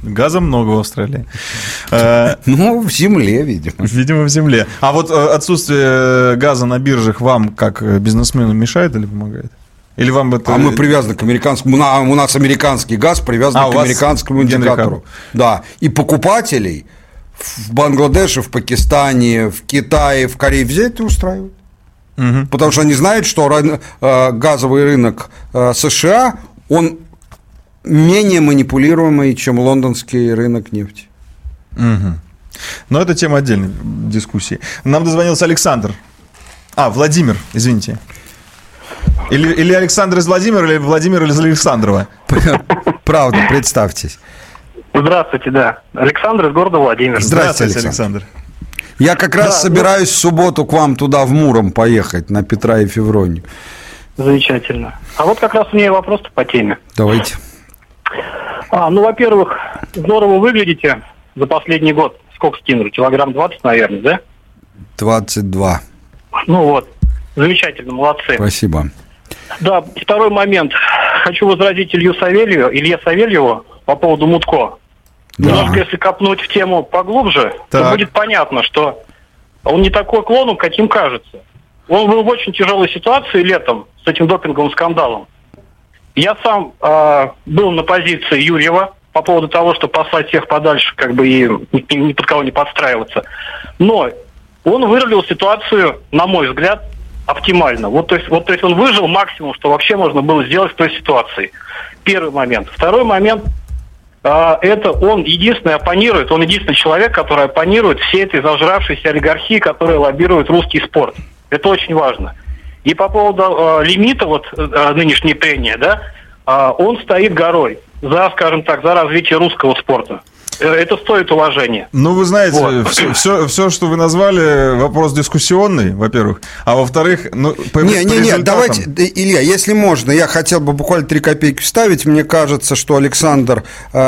Газа много в Австралии. Ну, в земле, видимо. Видимо, в земле. А вот отсутствие газа на биржах вам, как бизнесмену, мешает или помогает? Или вам это... А мы привязаны к американскому... У нас американский газ привязан к американскому индикатору. Да. И покупателей в Бангладеше, в Пакистане, в Китае, в Корее взять и устраивают. Угу. Потому что они знают, что газовый рынок США, он менее манипулируемый, чем лондонский рынок нефти. Угу. Но это тема отдельной дискуссии. Нам дозвонился Александр. Владимир, извините. Или Александр из Владимира, или Владимир из Александрова. Правда, представьтесь. Здравствуйте, да. Александр из города Владимир. Здравствуйте, Александр. Я как раз собираюсь в субботу к вам туда, в Муром, поехать, на Петра и Февронию. Замечательно. А вот как раз у меня и вопрос-то по теме. Давайте. Во-первых, здорово выглядите за последний год. Сколько скинули? Килограмм 20, наверное, да? 22. Замечательно, молодцы. Спасибо. Да, второй момент. Хочу возразить Илье Савельеву по поводу Мутко. Да. Немножко, если копнуть в тему поглубже, то будет понятно, что он не такой клоун, каким кажется. Он был в очень тяжелой ситуации летом с этим допинговым скандалом. Я сам был на позиции Юрьева по поводу того, чтобы послать всех подальше, и ни под кого не подстраиваться. Но он вырулил ситуацию, на мой взгляд, оптимально. То есть он выжил максимум, что вообще можно было сделать в той ситуации. Первый момент. Второй момент, это он единственный человек, который оппонирует всей этой зажравшейся олигархии, которая лоббирует русский спорт. Это очень важно. И по поводу лимита нынешней премии, он стоит горой за развитие русского спорта. Это стоит уважения. Вы знаете, все, что вы назвали, вопрос дискуссионный, во-первых, а во-вторых, давайте, Илья, если можно, я хотел бы буквально 3 копейки вставить. Мне кажется, что Александр,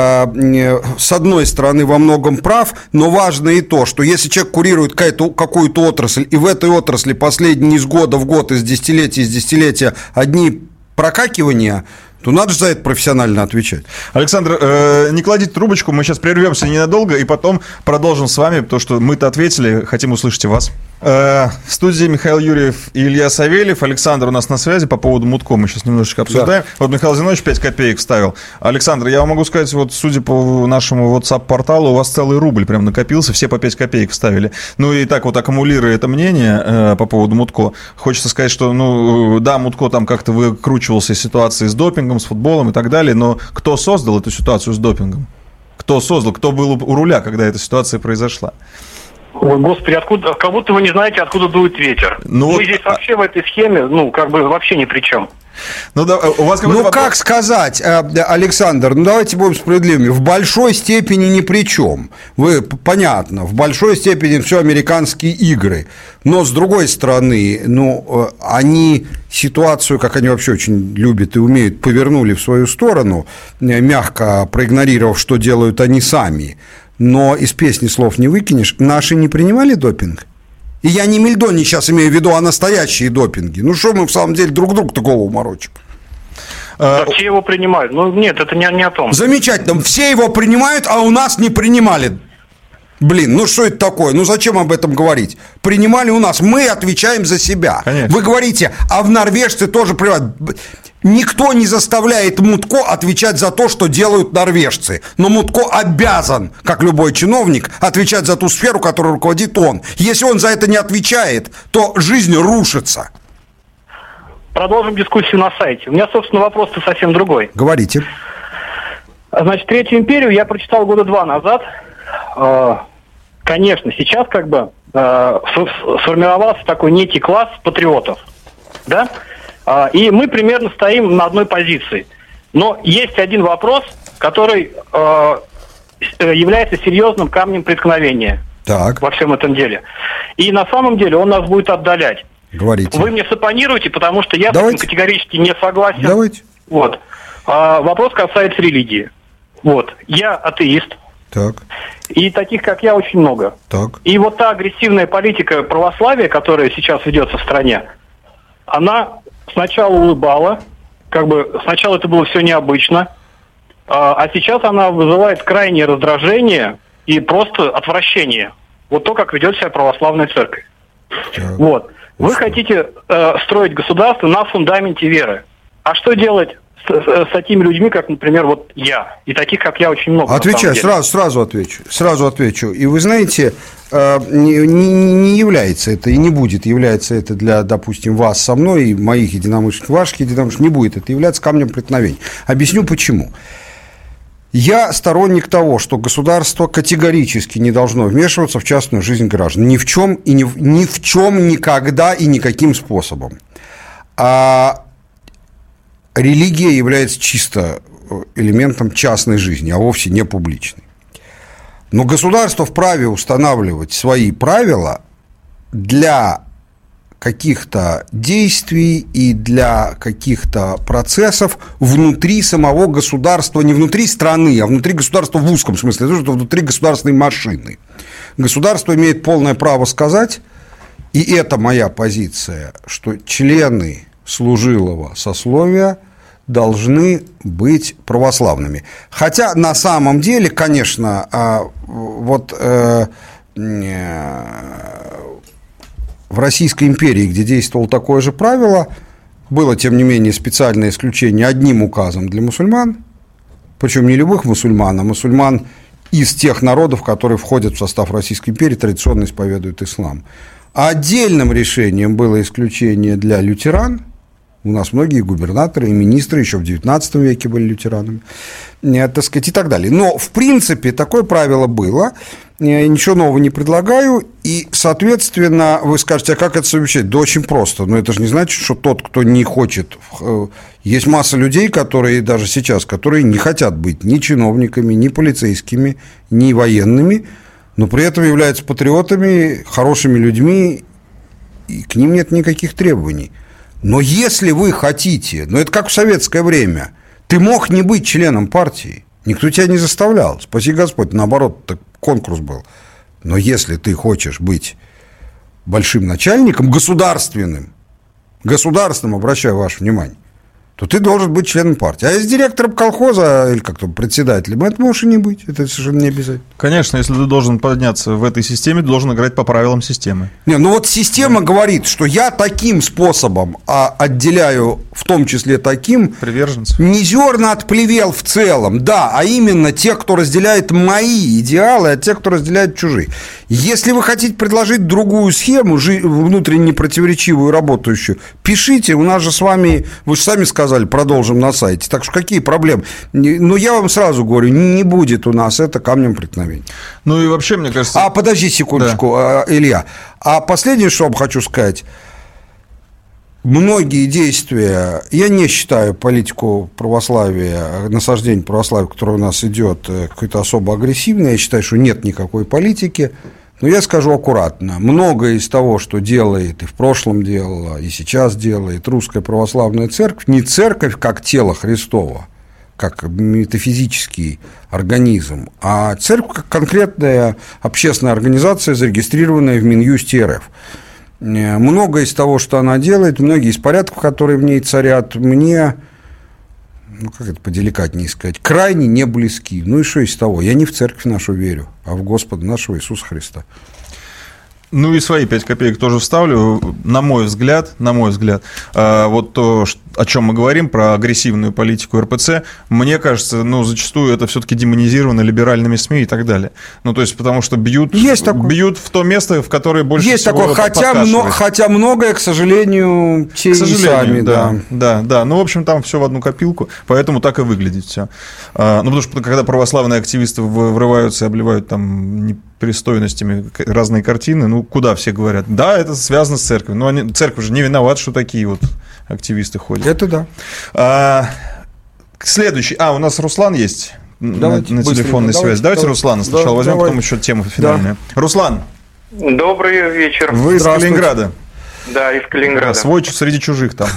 с одной стороны, во многом прав, но важно и то, что если человек курирует какую-то отрасль, и в этой отрасли последние из года в год, из десятилетия одни прокакивания, то надо же за это профессионально отвечать. Александр, не кладите трубочку, мы сейчас прервемся ненадолго и потом продолжим с вами, потому что мы-то ответили, хотим услышать вас. В студии Михаил Юрьев и Илья Савельев. Александр у нас на связи по поводу Мутко. Мы сейчас немножечко обсуждаем. Да. Вот Михаил Зинович 5 копеек вставил. Александр, я вам могу сказать, судя по нашему WhatsApp-порталу, у вас целый рубль прям накопился, все по 5 копеек вставили. И так аккумулируя это мнение по поводу Мутко, хочется сказать, что, Мутко там как-то выкручивался из ситуации с допингом, с футболом и так далее, но кто создал эту ситуацию с допингом? Кто был у руля, когда эта ситуация произошла? Ой, господи, как будто вы не знаете, откуда дует ветер. Мы здесь вообще в этой схеме, вообще ни при чем. У вас как сказать, Александр, давайте будем справедливыми. В большой степени ни при чем. Понятно, в большой степени все американские игры. Но, с другой стороны, они ситуацию, как они вообще очень любят и умеют, повернули в свою сторону, мягко проигнорировав, что делают они сами. Но из песни слов не выкинешь. Наши не принимали допинг? И я не Мельдони сейчас имею в виду, а настоящие допинги. Что мы в самом деле друг другу-то голову морочим? Все его принимают. Нет, это не о том. Замечательно. Все его принимают, а у нас не принимали. Что это такое? Зачем об этом говорить? Принимали у нас. Мы отвечаем за себя. Конечно. Вы говорите, а в норвежцы тоже принимают. Никто не заставляет Мутко отвечать за то, что делают норвежцы. Но Мутко обязан, как любой чиновник, отвечать за ту сферу, которой руководит он. Если он за это не отвечает, то жизнь рушится. Продолжим дискуссию на сайте. У меня, собственно, вопрос-то совсем другой. Говорите. Значит, Третью империю я прочитал 2 года назад. Конечно, сейчас сформировался такой некий класс патриотов. Да? И мы примерно стоим на одной позиции. Но есть один вопрос, который является серьезным камнем преткновения во всем этом деле. И на самом деле он нас будет отдалять. Говорите. Вы мне соппонируете, потому что я с этим категорически не согласен. Давайте. Вопрос касается религии. Я атеист. Так. И таких, как я, очень много. Так. И та агрессивная политика православия, которая сейчас ведется в стране, она сначала улыбала, сначала это было все необычно, а сейчас она вызывает крайнее раздражение и просто отвращение. Вот то, как ведет себя православная церковь. Так. Вот. Вы хотите строить государство на фундаменте веры. А что делать с такими людьми, как, например, вот я? И таких, как я, очень много. Отвечаю, сразу отвечу. И вы знаете, не является это и не будет являться это для, допустим, вас со мной, и моих единомышленников, ваших единомышленников, не будет это являться камнем преткновения. Объясню почему. Я сторонник того, что государство категорически не должно вмешиваться в частную жизнь граждан. Ни в чем и ни в чем никогда и никаким способом. А религия является чисто элементом частной жизни, а вовсе не публичной. Но государство вправе устанавливать свои правила для каких-то действий и для каких-то процессов внутри самого государства, не внутри страны, а внутри государства в узком смысле, то, что внутри государственной машины. Государство имеет полное право сказать, и это моя позиция, что члены служилого сословия должны быть православными. Хотя на самом деле, конечно, в Российской империи, где действовало такое же правило, было, тем не менее, специальное исключение одним указом для мусульман, причем не любых мусульман, а мусульман из тех народов, которые входят в состав Российской империи, традиционно исповедуют ислам. А отдельным решением было исключение для лютеран. У нас многие губернаторы и министры еще в XIX веке были лютеранами, так сказать, и так далее. Но, в принципе, такое правило было. Я ничего нового не предлагаю. И, соответственно, вы скажете, а как это совмещать? Да очень просто. Но это же не значит, что тот, кто не хочет... Есть масса людей, которые даже сейчас, которые не хотят быть ни чиновниками, ни полицейскими, ни военными, но при этом являются патриотами, хорошими людьми, и к ним нет никаких требований. Но если вы хотите, это как в советское время, ты мог не быть членом партии, никто тебя не заставлял, спаси Господь, наоборот, так конкурс был. Но если ты хочешь быть большим начальником, государственным, обращаю ваше внимание, то ты должен быть членом партии. А если директором колхоза или как-то председателем, это можешь и не быть. Это совершенно не обязательно. Конечно, если ты должен подняться в этой системе, ты должен играть по правилам системы. Система говорит, что я таким способом отделяю, в том числе таким, приверженцев. Не зерна от плевел в целом, да, а именно тех, кто разделяет мои идеалы, от тех, кто разделяет чужие. Если вы хотите предложить другую схему, внутренне противоречивую, работающую, пишите, у нас же с вами, вы же сами сказали, продолжим на сайте. Так что какие проблемы? Но я вам сразу говорю, не будет у нас это камнем преткновения. И вообще, мне кажется... Подожди секундочку, да. Илья. А последнее, что вам хочу сказать. Многие действия, я не считаю политику православия, насаждение православия, которое у нас идет, какой-то особо агрессивной. Я считаю, что нет никакой политики. Но я скажу аккуратно, многое из того, что делает и в прошлом делала, и сейчас делает Русская Православная Церковь, не церковь как тело Христово, как метафизический организм, а церковь как конкретная общественная организация, зарегистрированная в Минюсте РФ. Многое из того, что она делает, многие из порядков, которые в ней царят, мне... как это поделикатнее сказать, крайне не близки. И что из того? Я не в церковь нашу верю, а в Господа нашего Иисуса Христа. И свои 5 копеек тоже вставлю. На мой взгляд, вот то, о чем мы говорим, про агрессивную политику РПЦ, мне кажется, зачастую это все-таки демонизировано либеральными СМИ и так далее. То есть, потому что бьют в то место, в которое больше есть всего такое, хотя многое, к сожалению, те и сами. Да. В общем, там все в одну копилку, поэтому так и выглядит все. Потому что, когда православные активисты врываются и обливают там непристойностями разные картины, куда все говорят? Да, это связано с церковью. Но церковь же не виновата, что такие вот активисты ходят. Это да. Следующий. У нас Руслан есть на телефонной связи. Давайте Руслана сначала возьмем, потом еще тему финальную. Да. Руслан. Добрый вечер. Вы из Калининграда? Да, из Калининграда. Свой среди чужих там.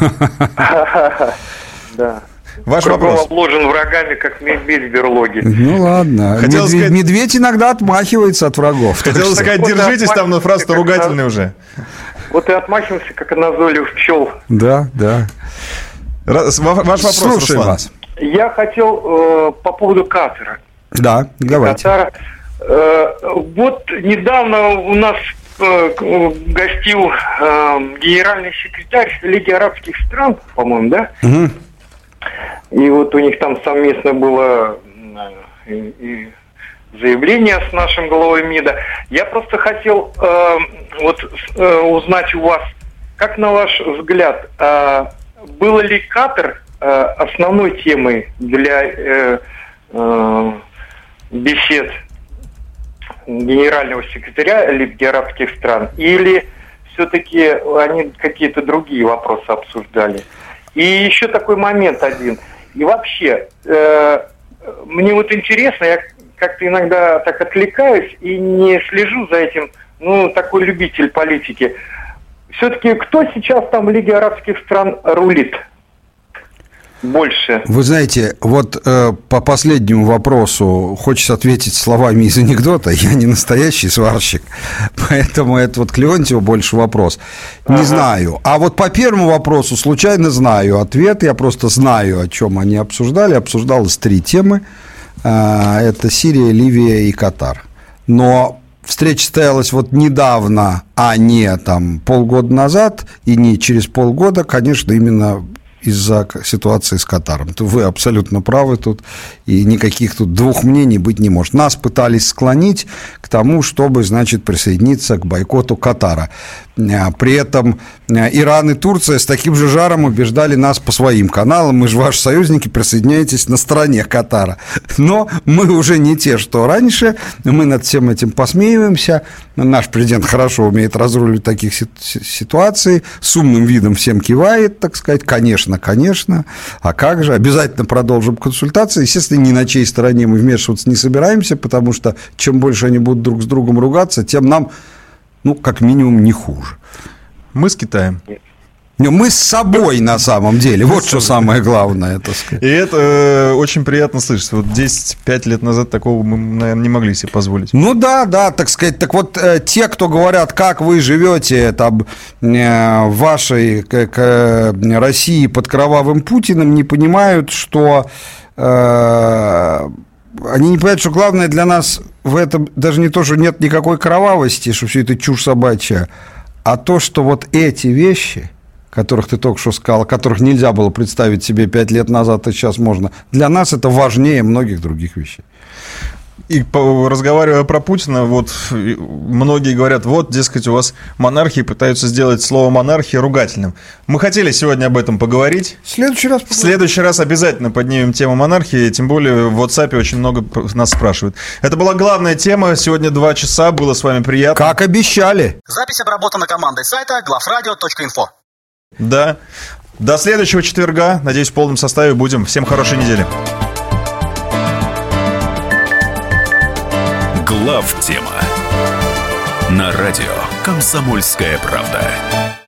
Да. Ваш Кругом вопрос. обложен врагами, как медведь в берлоге. Ладно. Медведь иногда отмахивается от врагов. Хотел сказать, держитесь там, но фраза-то ругательная уже. Вот и отмахиваемся, как от назойливых пчел. Да. Ваш вопрос, слушаем Руслан. вас. Я хотел по поводу Катара. Да, давайте. Катара. Вот недавно у нас гостил генеральный секретарь Лиги арабских стран, по-моему, да? Угу. И вот у них там совместно было и заявление с нашим главой МИДа. Я просто хотел узнать у вас, как на ваш взгляд, было ли Катар основной темой для бесед генерального секретаря Лиги арабских стран, или все-таки они какие-то другие вопросы обсуждали? И еще такой момент один. И вообще, мне вот интересно, я как-то иногда так отвлекаюсь и не слежу за этим, такой любитель политики. Все-таки кто сейчас там в Лиге арабских стран рулит больше? Вы знаете, вот по последнему вопросу хочется ответить словами из анекдота. Я не настоящий сварщик, поэтому это вот к Леонтьеву больше вопрос. Не знаю. А вот по первому вопросу случайно знаю ответ. Я просто знаю, о чем они обсуждали. Обсуждалось 3 темы. Это Сирия, Ливия и Катар. Но встреча состоялась вот недавно, а не там полгода назад, и не через полгода, конечно, именно из-за ситуации с Катаром. Вы абсолютно правы тут, и никаких тут двух мнений быть не может. Нас пытались склонить к тому, чтобы, значит, присоединиться к бойкоту Катара. При этом Иран и Турция с таким же жаром убеждали нас по своим каналам: мы же ваши союзники, присоединяйтесь на стороне Катара. Но мы уже не те, что раньше, мы над всем этим посмеиваемся. Наш президент хорошо умеет разруливать таких ситуаций, с умным видом всем кивает, так сказать, конечно, а как же, обязательно продолжим консультации. Естественно, ни на чьей стороне мы вмешиваться не собираемся, потому что чем больше они будут друг с другом ругаться, тем нам, как минимум, не хуже. Мы с Китаем. Мы с собой, на самом деле. Вот что самое главное, так сказать. И это очень приятно слышать. Вот 10-5 лет назад такого мы, наверное, не могли себе позволить. Да, так сказать. Так вот, те, кто говорят, как вы живете там в вашей России под кровавым Путиным, не понимают, что... Они не понимают, что главное для нас в этом даже не то, что нет никакой кровавости, что все это чушь собачья, а то, что вот эти вещи, которых ты только что сказал, которых нельзя было представить себе 5 лет назад, а сейчас можно, для нас это важнее многих других вещей. И разговаривая про Путина, вот многие говорят, вот, дескать, у вас монархии пытаются сделать слово монархия ругательным. Мы хотели сегодня об этом поговорить. В следующий раз обязательно поднимем тему монархии, тем более в WhatsApp очень много нас спрашивают. Это была главная тема. Сегодня 2 часа. Было с вами приятно. Как обещали. Запись обработана командой сайта glafradio.info. Да. До следующего четверга. Надеюсь, в полном составе будем. Всем хорошей недели. Главтема на радио «Комсомольская правда».